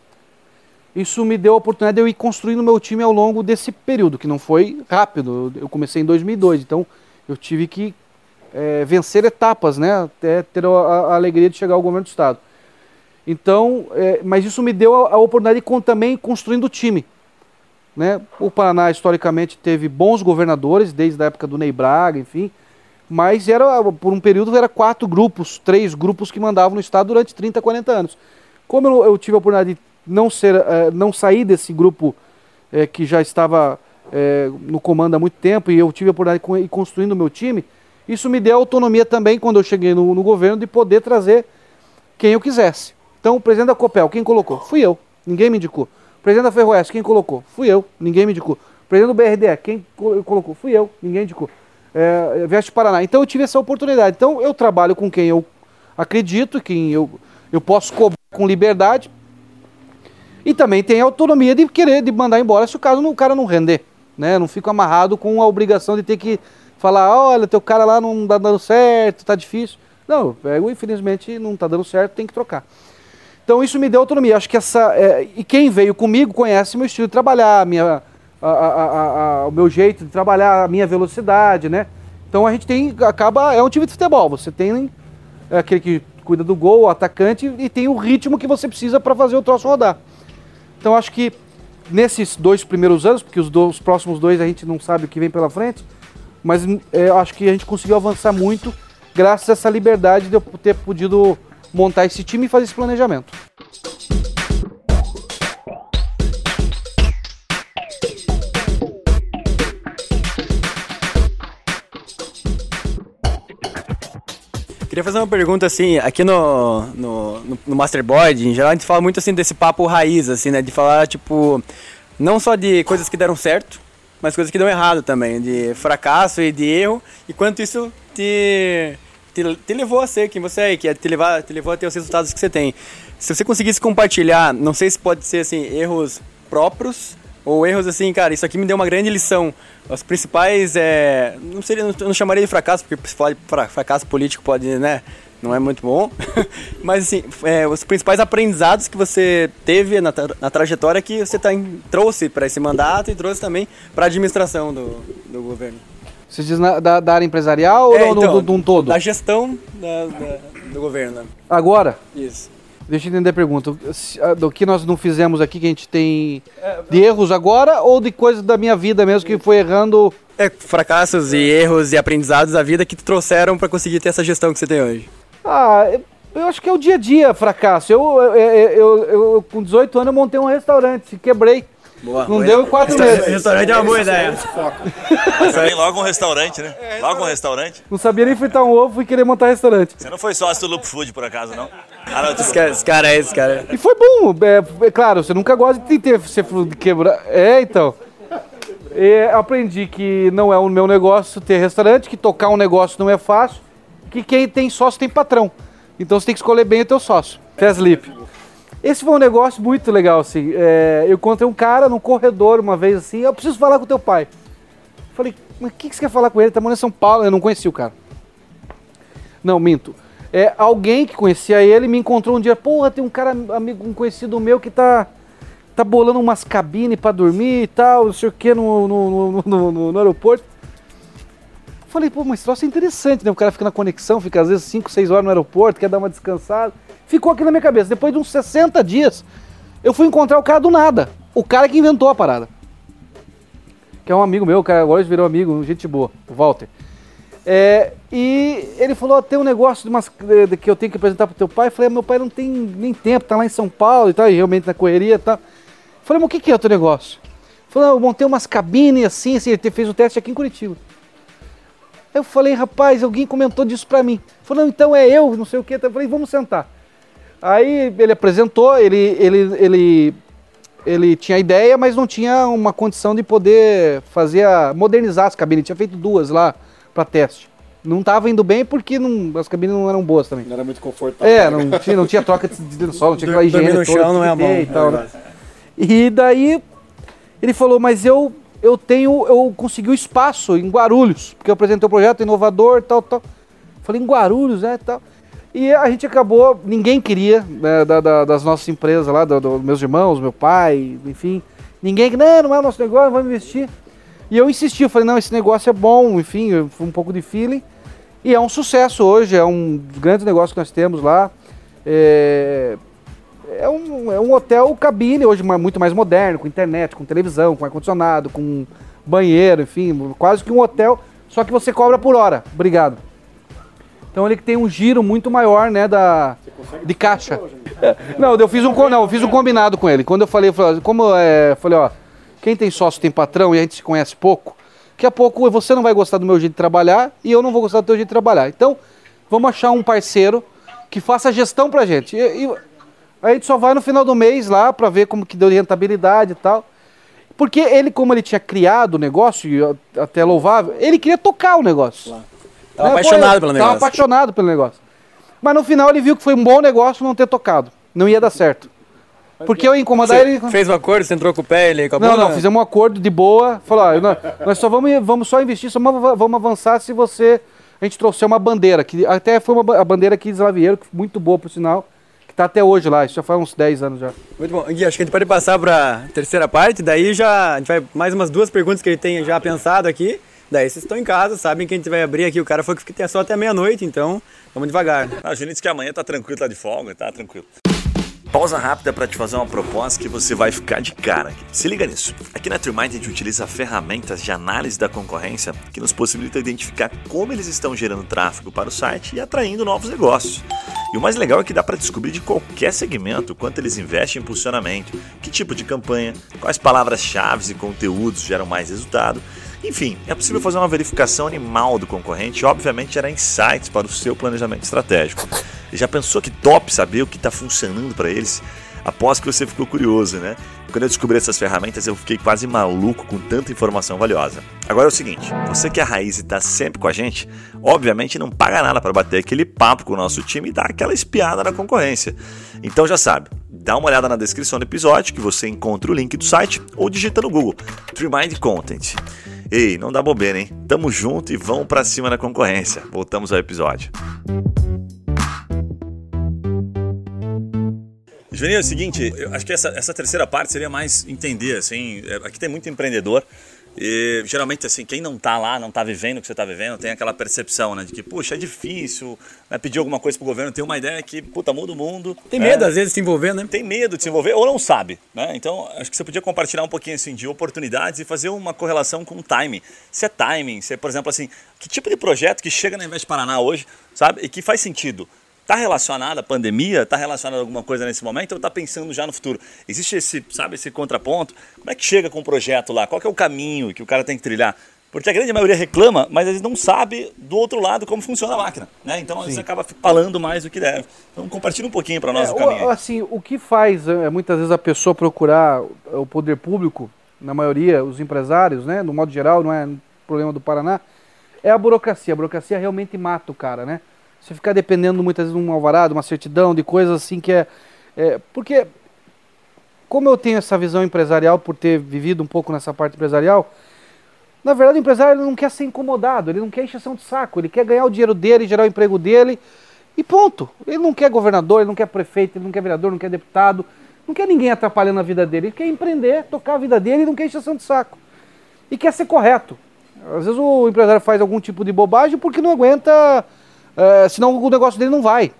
isso me deu a oportunidade de eu ir construindo o meu time ao longo desse período, que não foi rápido. Eu comecei em dois mil e dois, então eu tive que é, vencer etapas, né, até ter a, a alegria de chegar ao governo do estado. Então, é, mas isso me deu a, a oportunidade de com, também construindo o time. Né? O Paraná, historicamente, teve bons governadores, desde a época do Ney Braga, enfim, mas era, por um período era quatro grupos, três grupos que mandavam no estado durante trinta, quarenta anos. Como eu, eu tive a oportunidade de não, ser, uh, não sair desse grupo uh, que já estava uh, no comando há muito tempo, e eu tive a oportunidade de ir construindo o meu time, isso me deu autonomia também, quando eu cheguei no, no governo, de poder trazer quem eu quisesse. Então, o presidente da Copel, quem colocou? Fui eu, ninguém me indicou. O presidente da Ferroeste, quem colocou? Fui eu, ninguém me indicou. O presidente do B R D E, quem colocou? Fui eu, ninguém indicou. É, Veste Paraná. Então, eu tive essa oportunidade. Então, eu trabalho com quem eu acredito, quem eu, eu posso cobrar com liberdade, e também tem a autonomia de querer, de mandar embora se o, caso, o cara não render. Né? Não fico amarrado com a obrigação de ter que falar, olha, teu cara lá não tá dando certo, tá difícil. Não, eu pego, infelizmente, não tá dando certo, tem que trocar. Então isso me deu autonomia. Acho que essa... É, e quem veio comigo conhece meu estilo de trabalhar, minha, a, a, a, a, o meu jeito de trabalhar, a minha velocidade, né? Então a gente tem... Acaba... É um time de futebol. Você tem é, aquele que cuida do gol, o atacante, e tem o ritmo que você precisa para fazer o troço rodar. Então acho que nesses dois primeiros anos, porque os, do, os próximos dois a gente não sabe o que vem pela frente, mas é, acho que a gente conseguiu avançar muito graças a essa liberdade de eu ter podido montar esse time e fazer esse planejamento. Queria fazer uma pergunta assim, aqui no, no, no Masterboard, em geral a gente fala muito assim desse papo raiz, assim, né, de falar tipo, não só de coisas que deram certo, mas coisas que dão errado também, de fracasso e de erro, e quanto isso te, te, te levou a ser quem você é, que te, levar, te levou a ter os resultados que você tem. Se você conseguisse compartilhar, não sei se pode ser assim, erros próprios, ou erros assim, cara, isso aqui me deu uma grande lição. Os principais, é, não seria, não, não chamaria de fracasso, porque se falar de fracasso político pode, né, não é muito bom. Mas assim, é, os principais aprendizados que você teve na, tra- na trajetória que você tá em, trouxe para esse mandato e trouxe também para a administração do, do governo. Você diz na, da, da área empresarial É, ou do, então, do, do um todo? Da gestão da, da, do governo. Né? Agora? Isso. Deixa eu entender a pergunta. Se- a- Do que nós não fizemos aqui, que a gente tem de erros agora, ou de coisas da minha vida mesmo que foi errando? É, fracassos e erros e aprendizados da vida que te trouxeram para conseguir ter essa gestão que você tem hoje. Ah, eu- eu acho que é o dia a dia, fracasso. Eu, eu, eu, eu- eu, com dezoito anos, eu montei um restaurante, quebrei. Boa, Não boa deu ideia. quatro Restaurante- meses. Restaurante é uma boa ideia. Também logo um restaurante, né? Logo um restaurante. Não sabia nem fritar um ovo e querer montar restaurante. Você não foi sócio do Loop Food, por acaso, não? Ah, não, Esse cara, esse cara é esse cara. E foi bom. É, é claro, você nunca gosta de ter ser de quebrar. É, então. É, aprendi que não é o meu negócio ter restaurante, que tocar um negócio não é fácil, que quem tem sócio tem patrão. Então você tem que escolher bem o teu sócio. Feslip. Esse foi um negócio muito legal, assim. É, eu encontrei um cara no corredor uma vez assim, eu preciso falar com teu pai. Falei, mas o que, que você quer falar com ele? Ele tá morando em São Paulo, eu não conheci o cara. Não, minto. É, alguém que conhecia ele me encontrou um dia, porra, tem um cara, amigo, um conhecido meu que tá, tá bolando umas cabines pra dormir e tal, não sei o que, no, no, no, no, no, no aeroporto. Falei, pô, mas esse troço é interessante, né? O cara fica na conexão, fica às vezes cinco, seis horas no aeroporto, quer dar uma descansada. Ficou aqui na minha cabeça. Depois de uns sessenta dias, eu fui encontrar o cara do nada. O cara que inventou a parada. Que é um amigo meu, o cara agora virou amigo, gente boa, o Walter. É, e ele falou, ó, tem um negócio de umas, de, de, que eu tenho que apresentar pro teu pai. Eu falei, meu pai não tem nem tempo, tá lá em São Paulo e tal, e realmente na correria e tal. Eu falei, mas o que, que é o teu negócio? Ele falou, eu montei umas cabines assim, assim, ele fez o teste aqui em Curitiba. Eu falei, rapaz, alguém comentou disso pra mim. Ele falou, não, então é eu, não sei o que. Eu falei, vamos sentar. Aí ele apresentou, ele, ele, ele, ele tinha ideia, mas não tinha uma condição de poder fazer a, modernizar as cabines. Ele tinha feito duas lá para teste. Não estava indo bem porque não, as cabines não eram boas também. Não era muito confortável. É, não tinha, não tinha troca de lençol, não tinha aquela higiene Dormir no toda chão não é que tem bom. e tal, né? E daí ele falou, mas eu, eu tenho, eu consegui o espaço em Guarulhos, porque eu apresentei um projeto inovador, tal, tal. Falei, em Guarulhos, é, tal. E a gente acabou, ninguém queria, né, da, da, das nossas empresas lá, dos do meus irmãos, meu pai, enfim. Ninguém, não, não é o nosso negócio, vamos investir. E eu insisti, eu falei, não, esse negócio é bom, enfim, foi um pouco de feeling. E é um sucesso hoje, é um dos grandes negócios que nós temos lá. É, é, um, é um hotel cabine hoje muito mais moderno, com internet, com televisão, com ar-condicionado, com banheiro, enfim, quase que um hotel, só que você cobra por hora. Obrigado. Então ele tem um giro muito maior, né, da, de caixa. Não, eu fiz um, não, eu fiz um combinado com ele. Quando eu falei, eu falei como é, falei, ó, quem tem sócio tem patrão e a gente se conhece pouco, daqui a pouco você não vai gostar do meu jeito de trabalhar e eu não vou gostar do teu jeito de trabalhar. Então, vamos achar um parceiro que faça a gestão pra gente. E, e a gente só vai no final do mês lá pra ver como que deu de rentabilidade e tal. Porque ele, como ele tinha criado o negócio, até louvável, ele queria tocar o negócio. Claro. Tava apaixonado pelo negócio. Tava apaixonado pelo negócio. Mas no final ele viu que foi um bom negócio não ter tocado. Não ia dar certo. Porque eu ia incomodar Você ele... fez um acordo, você entrou com o pé, ele acabou... Não, não, fizemos um acordo de boa. Falou, ó, nós, nós só vamos, vamos só investir, só vamos avançar se você... A gente trouxer uma bandeira, que até foi uma, a bandeira aqui de Slaviero, muito boa por sinal, que tá até hoje lá, isso já faz uns dez anos já. Muito bom. Gui, acho que a gente pode passar para terceira parte, daí já a gente vai mais umas duas perguntas que ele tem já pensado aqui. Daí vocês estão em casa, sabem que a gente vai abrir aqui. O cara foi que fica só até meia-noite, então vamos devagar. A gente disse que amanhã tá tranquilo, tá de folga, tá tranquilo. Pausa rápida para te fazer uma proposta que você vai ficar de cara. Se liga nisso. Aqui na TreeMind a gente utiliza ferramentas de análise da concorrência que nos possibilitam identificar como eles estão gerando tráfego para o site e atraindo novos negócios. E o mais legal é que dá para descobrir de qualquer segmento quanto eles investem em impulsionamento, que tipo de campanha, quais palavras-chave e conteúdos geram mais resultado. Enfim, é possível fazer uma verificação animal do concorrente e, obviamente, gerar insights para o seu planejamento estratégico. E já pensou que top saber o que está funcionando para eles? Aposto que você ficou curioso, né? Quando eu descobri essas ferramentas, eu fiquei quase maluco com tanta informação valiosa. Agora é o seguinte, você que é a raiz e está sempre com a gente, obviamente não paga nada para bater aquele papo com o nosso time e dar aquela espiada na concorrência. Então já sabe, dá uma olhada na descrição do episódio que você encontra o link do site ou digita no Google TreeMind Content. Ei, não dá bobeira, hein? Tamo junto e vamos pra cima na concorrência. Voltamos ao episódio. Juninho, é o seguinte, eu acho que essa, essa terceira parte seria mais entender, assim, aqui tem muito empreendedor e geralmente, assim, quem não tá lá, não tá vivendo o que você tá vivendo, tem aquela percepção, né, de que, puxa, é difícil, né, pedir alguma coisa pro governo, tem uma ideia que, puta, muda o mundo. Tem medo, é, às vezes, de se envolver, né? Tem medo de se envolver ou não sabe, né, então acho que você podia compartilhar um pouquinho, assim, de oportunidades e fazer uma correlação com o timing. Se é timing, se é, por exemplo, assim, que tipo de projeto que chega na Invest Paraná hoje, sabe, e que faz sentido. Está relacionado à pandemia? Está relacionado a alguma coisa nesse momento ou está pensando já no futuro? Existe esse, sabe, esse contraponto? Como é que chega com o projeto lá? Qual que é o caminho que o cara tem que trilhar? Porque a grande maioria reclama, mas eles não sabem do outro lado como funciona a máquina, né? Então, às vezes acaba falando mais do que deve. Então, compartilha um pouquinho para nós é, o caminho. O, assim, o que faz é, muitas vezes a pessoa procurar o poder público, na maioria, os empresários, né? No modo geral, não é um problema do Paraná, é a burocracia. A burocracia realmente mata o cara, né? Você ficar dependendo muitas vezes de um alvará, de uma certidão, de coisas assim que é, é... Porque, como eu tenho essa visão empresarial, por ter vivido um pouco nessa parte empresarial, na verdade o empresário ele não quer ser incomodado, ele não quer encheção de saco, ele quer ganhar o dinheiro dele, gerar o emprego dele e ponto. Ele não quer governador, ele não quer prefeito, ele não quer vereador, não quer deputado, não quer ninguém atrapalhando a vida dele, ele quer empreender, tocar a vida dele e não quer encheção de saco. E quer ser correto. Às vezes o empresário faz algum tipo de bobagem porque não aguenta... Uh, senão o negócio dele não vai.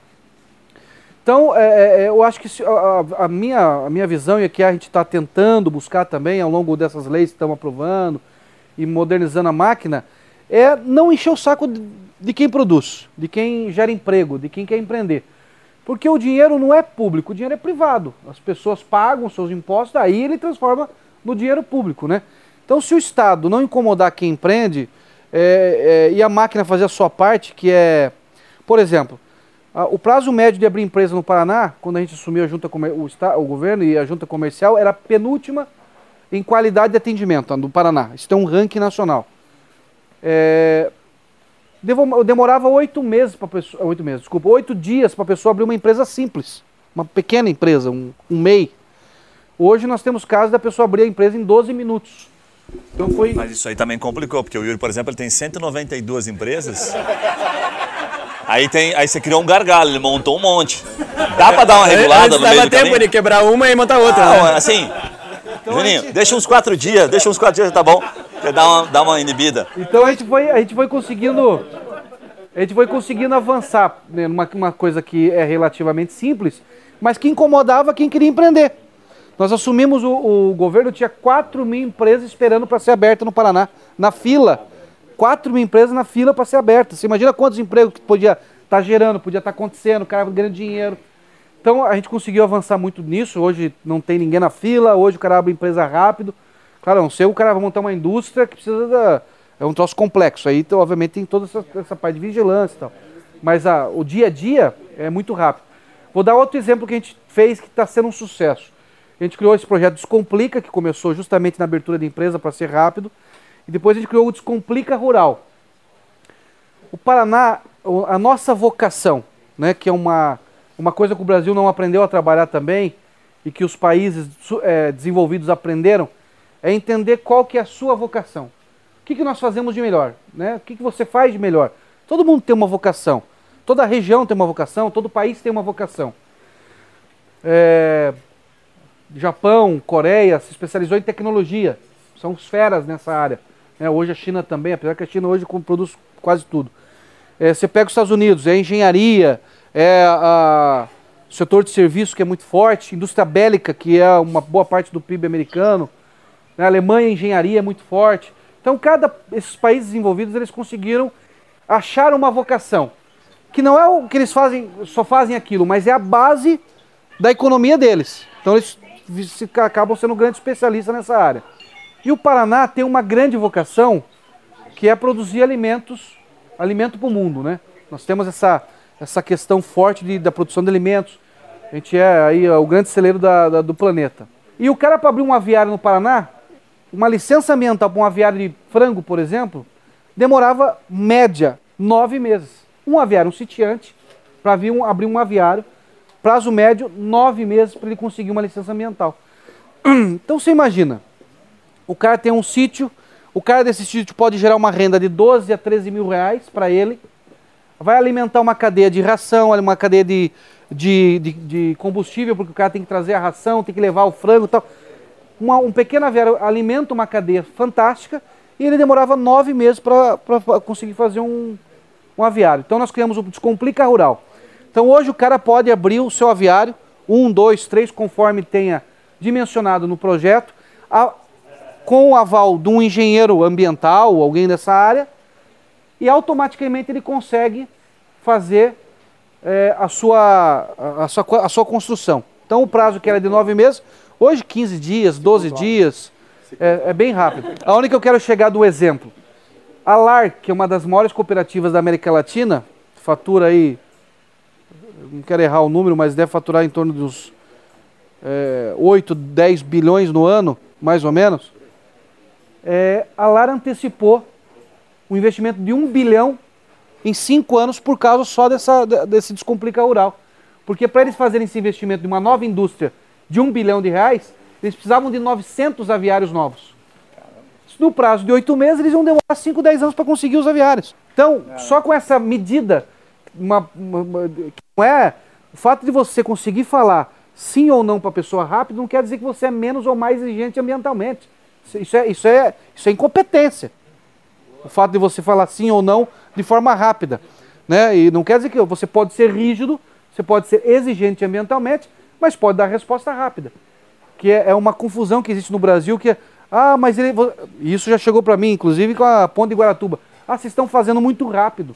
Então, é, é, eu acho que a, a, minha, a minha visão, e que a gente está tentando buscar também ao longo dessas leis que estamos aprovando e modernizando a máquina, é não encher o saco de, de quem produz, de quem gera emprego, de quem quer empreender. Porque o dinheiro não é público, o dinheiro é privado. As pessoas pagam seus impostos, aí ele transforma no dinheiro público, né? Então, se o Estado não incomodar quem empreende é, é, e a máquina fazer a sua parte, que é... Por exemplo, a, o prazo médio de abrir empresa no Paraná, quando a gente assumiu a junta comer, o, o governo e a junta comercial, era a penúltima em qualidade de atendimento no Paraná. Isso tem um ranking nacional. É, demorava oito meses para pessoa, oito meses, desculpa, oito dias para a pessoa abrir uma empresa simples, uma pequena empresa, um, um M E I. Hoje nós temos casos da pessoa abrir a empresa em doze minutos. Então foi... Mas isso aí também complicou, porque o Yuri, por exemplo, ele tem cento e noventa e duas empresas. Aí, tem, aí você criou um gargalo, ele montou um monte. Dá pra dar uma regulada no meio do caminho? Dava tempo de quebrar uma e montar outra. Não, né? assim, então, Juninho, gente... deixa uns quatro dias, deixa uns quatro dias, tá bom? Dá uma, dá uma inibida. Então a gente foi, a gente foi conseguindo, a gente foi conseguindo avançar, né, numa uma coisa que é relativamente simples, mas que incomodava quem queria empreender. Nós assumimos, o, o governo tinha quatro mil empresas esperando para ser aberta no Paraná, na fila. quatro mil empresas na fila para ser aberta. Você imagina quantos empregos que podia estar tá gerando, podia estar tá acontecendo, o cara ganhando dinheiro. Então a gente conseguiu avançar muito nisso. Hoje não tem ninguém na fila, hoje o cara abre empresa rápido. Claro, não sei, o cara vai montar uma indústria que precisa da... É um troço complexo. Aí, então, obviamente, tem toda essa, essa parte de vigilância e tal. Mas a, o dia a dia é muito rápido. Vou dar outro exemplo que a gente fez que está sendo um sucesso. A gente criou esse projeto Descomplica, que começou justamente na abertura da empresa para ser rápido. E depois a gente criou o Descomplica Rural. O Paraná, a nossa vocação, né, que é uma, uma coisa que o Brasil não aprendeu a trabalhar também, e que os países é, desenvolvidos aprenderam, é entender qual que é a sua vocação. O que, que nós fazemos de melhor? Né? O que, que você faz de melhor? Todo mundo tem uma vocação. Toda região tem uma vocação, todo país tem uma vocação. É... Japão, Coreia, se especializou em tecnologia. São feras nessa área. É, hoje a China também, apesar que a China hoje produz quase tudo. É, você pega os Estados Unidos, é engenharia, é a, o setor de serviço que é muito forte, indústria bélica, que é uma boa parte do P I B americano. A Alemanha, engenharia é muito forte. Então, cada esses países desenvolvidos, eles conseguiram achar uma vocação. Que não é o que eles fazem, só fazem aquilo, mas é a base da economia deles. Então, eles acabam sendo grandes especialistas nessa área. E o Paraná tem uma grande vocação, que é produzir alimentos, alimento para o mundo, né? Nós temos essa, essa questão forte de, da produção de alimentos. A gente é aí o grande celeiro da, da, do planeta. E o cara, para abrir um aviário no Paraná, uma licença ambiental para um aviário de frango, por exemplo, demorava, média, nove meses. Um aviário, um sitiante, para um, abrir um aviário, prazo médio, nove meses para ele conseguir uma licença ambiental. Então você imagina, o cara tem um sítio, o cara desse sítio pode gerar uma renda de doze a treze mil reais para ele, vai alimentar uma cadeia de ração, uma cadeia de, de, de, de combustível, porque o cara tem que trazer a ração, tem que levar o frango e tal. Uma, um pequeno aviário alimenta uma cadeia fantástica e ele demorava nove meses para conseguir fazer um, um aviário. Então nós criamos o Descomplica Rural. Então hoje o cara pode abrir o seu aviário, um, dois, três, conforme tenha dimensionado no projeto, a, com o aval de um engenheiro ambiental, alguém dessa área, e automaticamente ele consegue fazer é, a, sua, a, sua, a sua construção. Então o prazo que era de nove meses, hoje quinze dias, doze dias, é, é bem rápido. Aonde que eu quero chegar do exemplo? A Lar, que é uma das maiores cooperativas da América Latina, fatura aí, não quero errar o número, mas deve faturar em torno dos é, oito, dez bilhões no ano, mais ou menos. É, a Lar antecipou um investimento de um bilhão em cinco anos por causa só dessa, desse Descomplica Rural. Porque para eles fazerem esse investimento de uma nova indústria de um bilhão de reais, eles precisavam de novecentos aviários novos. No prazo de oito meses, eles iam demorar cinco, dez anos para conseguir os aviários. Então, só com essa medida, uma, uma, uma, que não é o fato de você conseguir falar sim ou não para a pessoa rápido, não quer dizer que você é menos ou mais exigente ambientalmente. Isso é, isso é, isso é incompetência. O fato de você falar sim ou não de forma rápida, né? E não quer dizer que você pode ser rígido, você pode ser exigente ambientalmente, mas pode dar resposta rápida. Que é, é uma confusão que existe no Brasil, que é, ah, mas ele... Isso já chegou para mim, inclusive com a Ponte de Guaratuba. Ah, vocês estão fazendo muito rápido.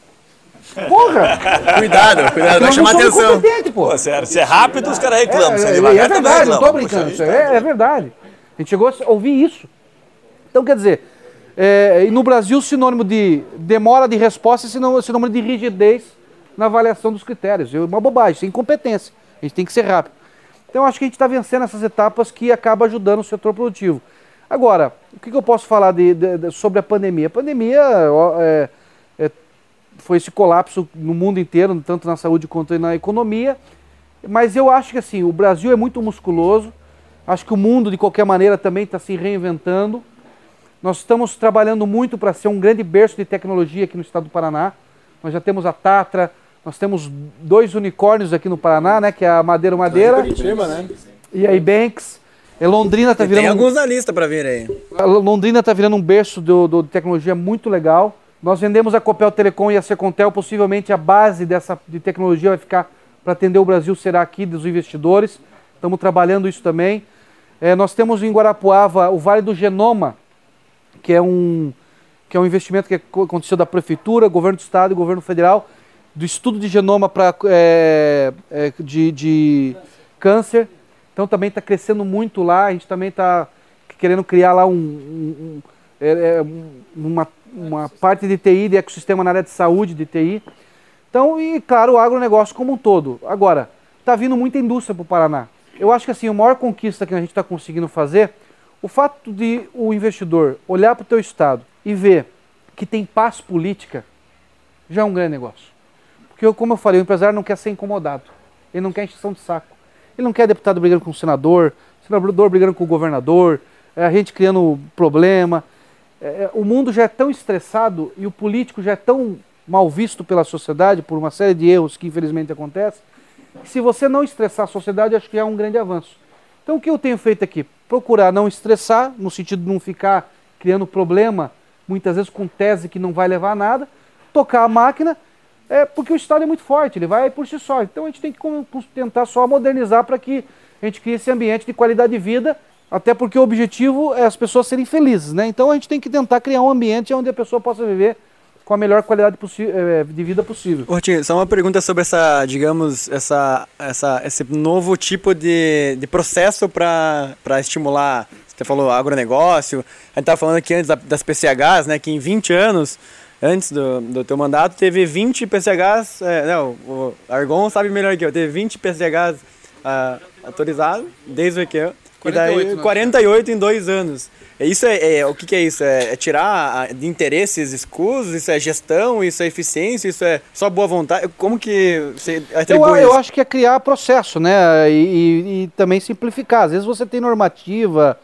Porra! Cuidado, cuidado, vai chamar atenção. Pô, pô, sério, se é rápido, os caras reclamam. É, se é, é, devagar, é verdade, não reclamam. tô brincando. Isso é, é verdade. A gente chegou a ouvir isso. Então, quer dizer... É, e no Brasil, sinônimo de demora de resposta é sinônimo de rigidez na avaliação dos critérios. É uma bobagem, isso é incompetência. A gente tem que ser rápido. Então, acho que a gente está vencendo essas etapas que acabam ajudando o setor produtivo. Agora, o que, que eu posso falar de, de, de, sobre a pandemia? A pandemia é, é, foi esse colapso no mundo inteiro, tanto na saúde quanto na economia. Mas eu acho que assim, o Brasil é muito musculoso. Acho que o mundo, de qualquer maneira, também está se reinventando. Nós estamos trabalhando muito para ser um grande berço de tecnologia aqui no estado do Paraná. Nós já temos a Tatra, nós temos dois unicórnios aqui no Paraná, né? Que é a Madeira Madeira Curitiba, né? E a Ibanks. E Londrina está virando... Tem alguns na lista para vir aí. A Londrina está virando um berço do, do, de tecnologia muito legal. Nós vendemos a Copel Telecom e a Secontel, possivelmente a base dessa de tecnologia vai ficar para atender o Brasil, será aqui dos investidores. Estamos trabalhando isso também. É, nós temos em Guarapuava o Vale do Genoma, que é um, que é um investimento que aconteceu da Prefeitura, Governo do Estado e Governo Federal, do estudo de genoma pra, é, é, de, de câncer. Então também está crescendo muito lá, a gente também está querendo criar lá um, um, um, é, uma, uma parte de T I, de ecossistema na área de saúde de T I. Então, e claro, o agronegócio como um todo. Agora, está vindo muita indústria para o Paraná. Eu acho que assim, a maior conquista que a gente está conseguindo fazer, o fato de o investidor olhar para o teu estado e ver que tem paz política, já é um grande negócio. Porque, como eu falei, o empresário não quer ser incomodado. Ele não quer encheção de saco. Ele não quer deputado brigando com o senador, senador brigando com o governador, a gente criando problema. É, o mundo já é tão estressado e o político já é tão mal visto pela sociedade por uma série de erros que infelizmente acontecem, que se você não estressar a sociedade, acho que é um grande avanço. Então o que eu tenho feito aqui? Procurar não estressar, no sentido de não ficar criando problema, muitas vezes com tese que não vai levar a nada, tocar a máquina, é, porque o Estado é muito forte, ele vai por si só. Então a gente tem que tentar só modernizar para que a gente crie esse ambiente de qualidade de vida, até porque o objetivo é as pessoas serem felizes, né? Então a gente tem que tentar criar um ambiente onde a pessoa possa viver com a melhor qualidade de vida possível. Ortinho, só uma pergunta sobre essa, digamos, essa, essa, esse novo tipo de, de processo para estimular, você falou agronegócio, a gente estava falando aqui antes das P C Hs, né, que em vinte anos, antes do, do teu mandato, teve vinte P C Hs, é, não, o Argon sabe melhor que eu, teve vinte P C Hs uh, autorizados, desde o que eu, e daí quarenta e oito em dois anos. Isso é, é, o que, que é isso? É, é tirar de interesses escusos? Isso é gestão? Isso é eficiência? Isso é só boa vontade? Como que você atribui eu, isso? Eu acho que é criar processo, né? E, e, e também simplificar. Às vezes você tem normativa,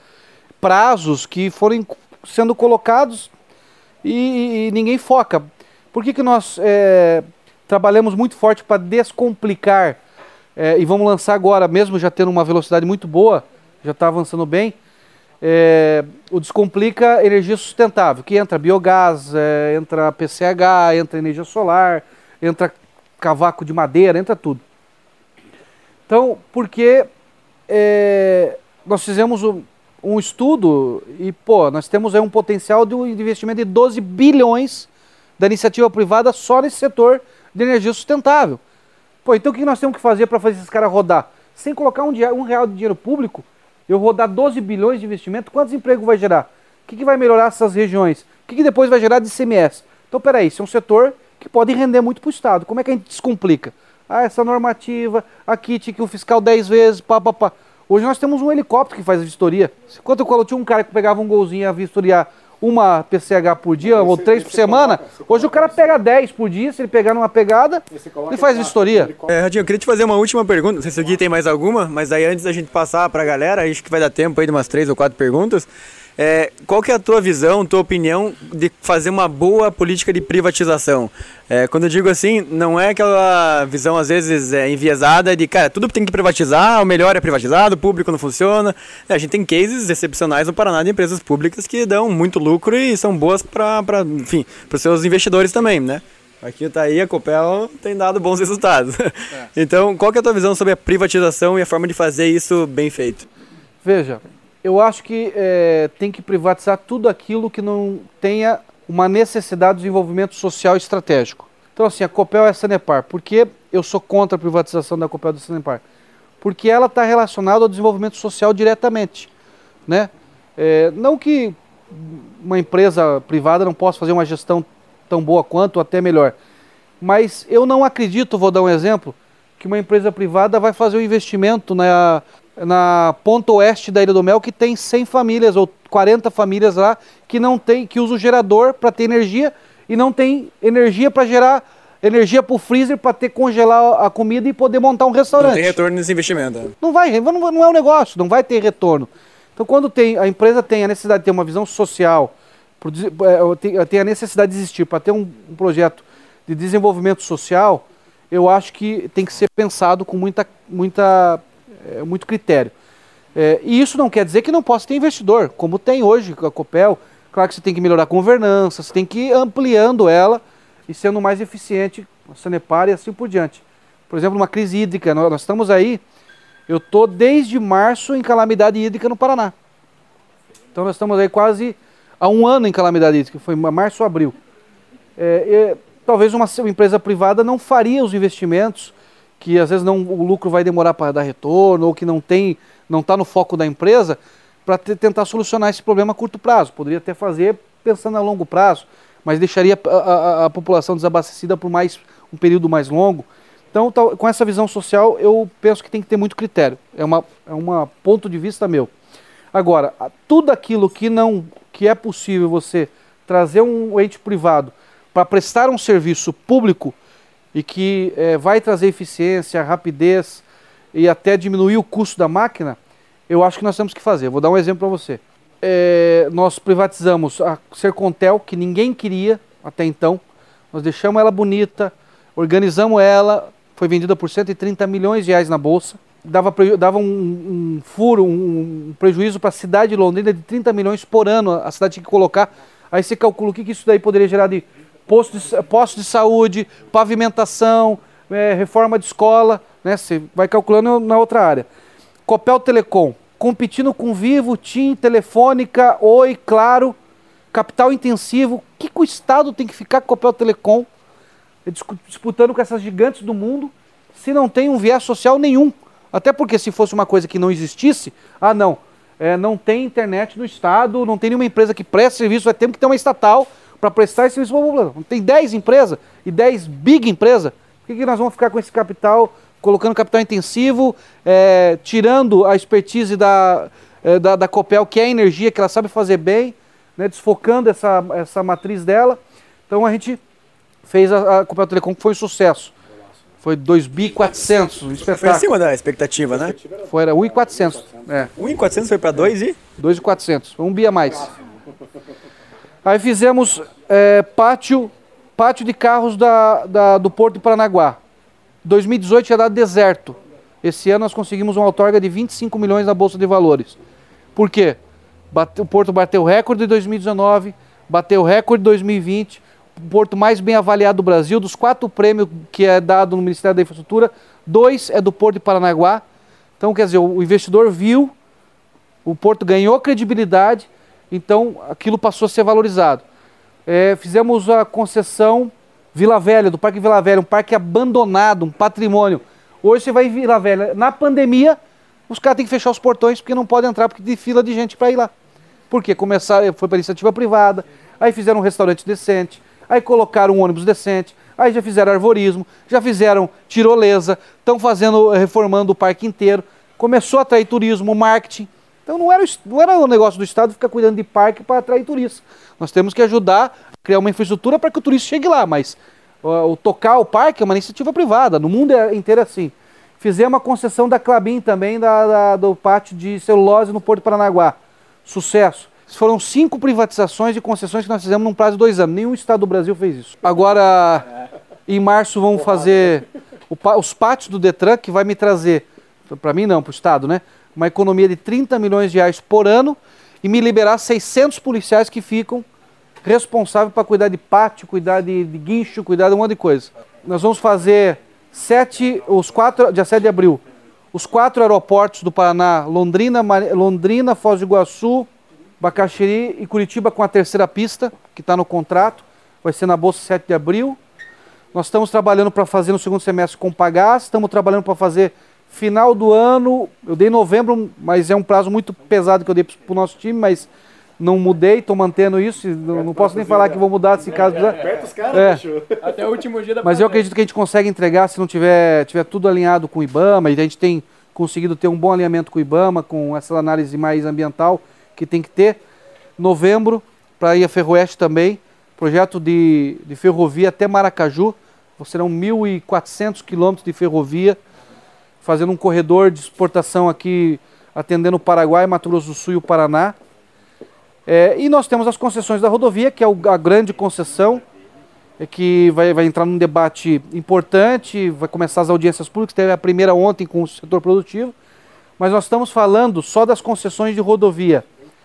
prazos que forem sendo colocados e, e ninguém foca. Por que, que nós é, trabalhamos muito forte para descomplicar, é, e vamos lançar agora, mesmo já tendo uma velocidade muito boa, já está avançando bem, é, o Descomplica Energia Sustentável, que entra biogás, é, entra P C H, entra energia solar, entra cavaco de madeira, entra tudo. Então, porque é, nós fizemos um, um estudo e, pô, nós temos aí um potencial de um investimento de doze bilhões da iniciativa privada só nesse setor de energia sustentável. Pô, então o que nós temos que fazer para fazer esses caras rodar? Sem colocar um, dia, um real de dinheiro público, eu rodar doze bilhões de investimento, quantos empregos vai gerar? O que, que vai melhorar essas regiões? O que, que depois vai gerar de I C M S? Então, peraí, isso é um setor que pode render muito para o Estado. Como é que a gente descomplica? Ah, essa normativa, aqui tinha que o fiscal dez vezes, pá, pá, pá. Hoje nós temos um helicóptero que faz a vistoria. Enquanto eu tinha um cara que pegava um golzinho a vistoriar uma P C H por dia, ou três por semana, hoje o cara pega dez por dia, se ele pegar numa pegada, ele faz vistoria. É, Radinho, eu queria te fazer uma última pergunta, não sei se o Gui tem mais alguma, mas aí antes da gente passar pra galera, acho que vai dar tempo aí de umas três ou quatro perguntas. É, qual que é a tua visão, tua opinião de fazer uma boa política de privatização? É, quando eu digo assim, não é aquela visão às vezes é, enviesada de, cara, tudo tem que privatizar, o melhor é privatizado, o público não funciona. É, a gente tem cases excepcionais no Paraná de empresas públicas que dão muito lucro e são boas para, enfim, para os seus investidores também, né? Aqui tá aí, a Copel tem dado bons resultados. É. Então, qual que é a tua visão sobre a privatização e a forma de fazer isso bem feito? Veja, eu acho que é, tem que privatizar tudo aquilo que não tenha uma necessidade de desenvolvimento social estratégico. Então, assim, a Copel é a Sanepar. Por que eu sou contra a privatização da Copel e da Sanepar? Porque ela está relacionada ao desenvolvimento social diretamente, né? É, não que uma empresa privada não possa fazer uma gestão tão boa quanto, ou até melhor. Mas eu não acredito, vou dar um exemplo, que uma empresa privada vai fazer um investimento na... na ponta oeste da Ilha do Mel, que tem cem famílias ou quarenta famílias lá que não tem, que usa o gerador para ter energia e não tem energia para gerar energia para o freezer para ter congelar a comida e poder montar um restaurante. Não tem retorno nesse investimento. Né? Não vai, não, não é um negócio, não vai ter retorno. Então, quando tem, a empresa tem a necessidade de ter uma visão social, tem a necessidade de existir para ter um, um projeto de desenvolvimento social, eu acho que tem que ser pensado com muita, muita É, muito critério. É, e isso não quer dizer que não possa ter investidor, como tem hoje com a Copel. Claro que você tem que melhorar a governança, você tem que ir ampliando ela e sendo mais eficiente, a Sanepar e assim por diante. Por exemplo, uma crise hídrica, nós, nós estamos aí, eu estou desde março em calamidade hídrica no Paraná. Então nós estamos aí quase há um ano em calamidade hídrica, foi março ou abril. É, é, talvez uma, uma empresa privada não faria os investimentos que às vezes não, o lucro vai demorar para dar retorno, ou que não tem, não está no foco da empresa, para tentar solucionar esse problema a curto prazo. Poderia até fazer pensando a longo prazo, mas deixaria a, a, a população desabastecida por mais, um período mais longo. Então, tá, com essa visão social, eu penso que tem que ter muito critério. É uma, é uma ponto de vista meu. Agora, tudo aquilo que, não, que é possível você trazer um ente privado para prestar um serviço público, e que é, vai trazer eficiência, rapidez e até diminuir o custo da máquina, eu acho que nós temos que fazer. Vou dar um exemplo para você. É, nós privatizamos a Sercontel, que ninguém queria até então. Nós deixamos ela bonita, organizamos ela, foi vendida por cento e trinta milhões de reais na Bolsa. Dava, dava um, um furo, um, um prejuízo para a cidade de Londrina de trinta milhões por ano, a cidade tinha que colocar. Aí você calcula o que, que isso daí poderia gerar de Posto de, posto de saúde, pavimentação, é, reforma de escola, né? Você vai calculando na outra área. Copel Telecom, competindo com Vivo, TIM, Telefônica, Oi, Claro, capital intensivo. O que, que o Estado tem que ficar com Copel Telecom, disputando com essas gigantes do mundo, se não tem um viés social nenhum? Até porque se fosse uma coisa que não existisse, ah não, é, não tem internet no Estado, não tem nenhuma empresa que preste serviço, vai ter que ter uma estatal para prestar esse serviço para a população. Tem dez empresas e dez big empresas. Por que, que nós vamos ficar com esse capital, colocando capital intensivo, é, tirando a expertise da, é, da, da Copel, que é a energia, que ela sabe fazer bem, né, desfocando essa, essa matriz dela. Então a gente fez a, a Copel Telecom, que foi um sucesso. Foi dois bilhões e quatrocentos, um espetáculo. Foi acima da expectativa, né? Foi, era um bilhão e quatrocentos. É. um bilhão e quatrocentos foi para dois e? dois bilhões e quatrocentos, foi um bi a mais. Aí fizemos é, pátio, pátio de carros da, da, do Porto de Paranaguá. dois mil e dezoito tinha dado deserto. Esse ano nós conseguimos uma outorga de vinte e cinco milhões na Bolsa de Valores. Por quê? Bate, o Porto bateu o recorde de dois mil e dezenove, bateu o recorde de dois mil e vinte, o Porto mais bem avaliado do Brasil. Dos quatro prêmios que é dado no Ministério da Infraestrutura, dois é do Porto de Paranaguá. Então, quer dizer, o investidor viu, o Porto ganhou credibilidade, então aquilo passou a ser valorizado. É, fizemos a concessão Vila Velha, do Parque Vila Velha, um parque abandonado, um patrimônio. Hoje você vai em Vila Velha, na pandemia, os caras têm que fechar os portões porque não podem entrar, porque tem fila de gente para ir lá. Por quê? Começar, foi para iniciativa privada, aí fizeram um restaurante decente, aí colocaram um ônibus decente, aí já fizeram arvorismo, já fizeram tirolesa, estão fazendo, reformando o parque inteiro, começou a atrair turismo, marketing. Então não era, não era o negócio do Estado ficar cuidando de parque para atrair turistas. Nós temos que ajudar a criar uma infraestrutura para que o turista chegue lá, mas o, o tocar o parque é uma iniciativa privada, no mundo inteiro é assim. Fizemos a concessão da Klabin também, da, da, do pátio de celulose no Porto de Paranaguá. Sucesso. Foram cinco privatizações e concessões que nós fizemos num prazo de dois anos. Nenhum estado do Brasil fez isso. Agora, em março, vamos fazer o, os pátios do Detran, que vai me trazer, para mim não, para o estado, né? Uma economia de trinta milhões de reais por ano e me liberar seiscentos policiais que ficam responsáveis para cuidar de pátio, cuidar de, de guincho, cuidar de um monte de coisa. Nós vamos fazer sete, os quatro, dia sete de abril, os quatro aeroportos do Paraná, Londrina, Londrina, Foz do Iguaçu, Bacaxiri e Curitiba com a terceira pista, que está no contrato, vai ser na Bolsa sete de abril. Nós estamos trabalhando para fazer no segundo semestre com Pagás, estamos trabalhando para fazer final do ano, eu dei novembro, mas é um prazo muito pesado que eu dei para o nosso time, mas não mudei, estou mantendo isso, não, não posso nem falar que vou mudar se caso precisar. Aperta os caras, é. Até o último dia da Mas eu acredito que a gente consegue entregar se não tiver, tiver tudo alinhado com o IBAMA, e a gente tem conseguido ter um bom alinhamento com o IBAMA, com essa análise mais ambiental que tem que ter. Novembro, para ir a Ferroeste também, projeto de, de ferrovia até Maracaju, serão mil e quatrocentos quilômetros de ferrovia, fazendo um corredor de exportação aqui, atendendo o Paraguai, Mato Grosso do Sul e o Paraná. É, e nós temos as concessões da rodovia, que é o, a grande concessão, é que vai, vai entrar num debate importante, vai começar as audiências públicas, teve a primeira ontem com o setor produtivo, mas nós estamos falando só das concessões de rodovia.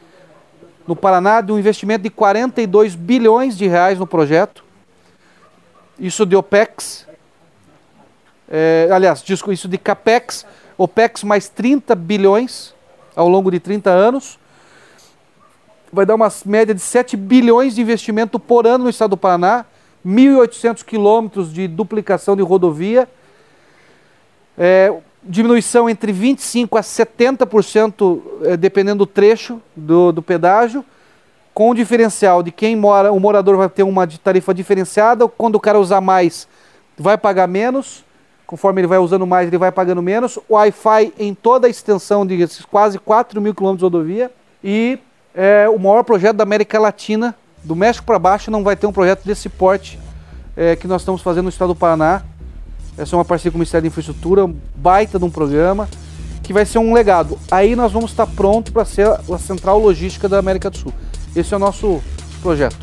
No Paraná, de um investimento de quarenta e dois bilhões de reais no projeto, isso de OPEX, é, aliás, isso de CAPEX, OPEX mais trinta bilhões ao longo de trinta anos, vai dar uma média de sete bilhões de investimento por ano no estado do Paraná, mil e oitocentos quilômetros de duplicação de rodovia, é, diminuição entre vinte e cinco por cento a setenta por cento, é, dependendo do trecho do, do pedágio, com o diferencial de quem mora, o morador vai ter uma tarifa diferenciada, quando o cara usar mais, vai pagar menos, conforme ele vai usando mais, ele vai pagando menos, Wi-Fi em toda a extensão de quase quatro mil quilômetros de rodovia, e é, o maior projeto da América Latina, do México para baixo, não vai ter um projeto desse porte é, que nós estamos fazendo no estado do Paraná. Essa é uma parceria com o Ministério da Infraestrutura, um baita de um programa, que vai ser um legado. Aí nós vamos estar prontos para ser a central logística da América do Sul. Esse é o nosso projeto.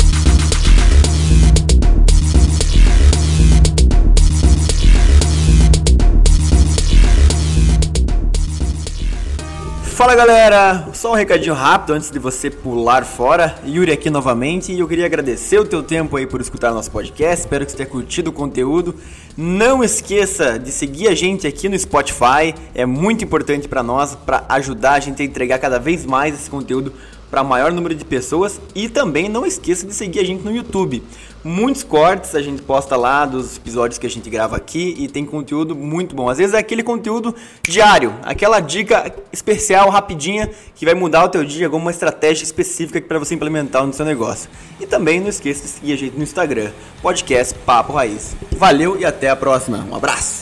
Fala galera, só um recadinho rápido antes de você pular fora. Yuri aqui novamente e eu queria agradecer o teu tempo aí por escutar nosso podcast. Espero que você tenha curtido o conteúdo. Não esqueça de seguir a gente aqui no Spotify, é muito importante para nós, para ajudar a gente a entregar cada vez mais esse conteúdo para maior número de pessoas. E também não esqueça de seguir a gente no YouTube. Muitos cortes a gente posta lá dos episódios que a gente grava aqui e tem conteúdo muito bom. Às vezes é aquele conteúdo diário, aquela dica especial, rapidinha, que vai mudar o teu dia, alguma estratégia específica para você implementar no seu negócio. E também não esqueça de seguir a gente no Instagram, podcast Papo Raiz. Valeu e até a próxima. Um abraço!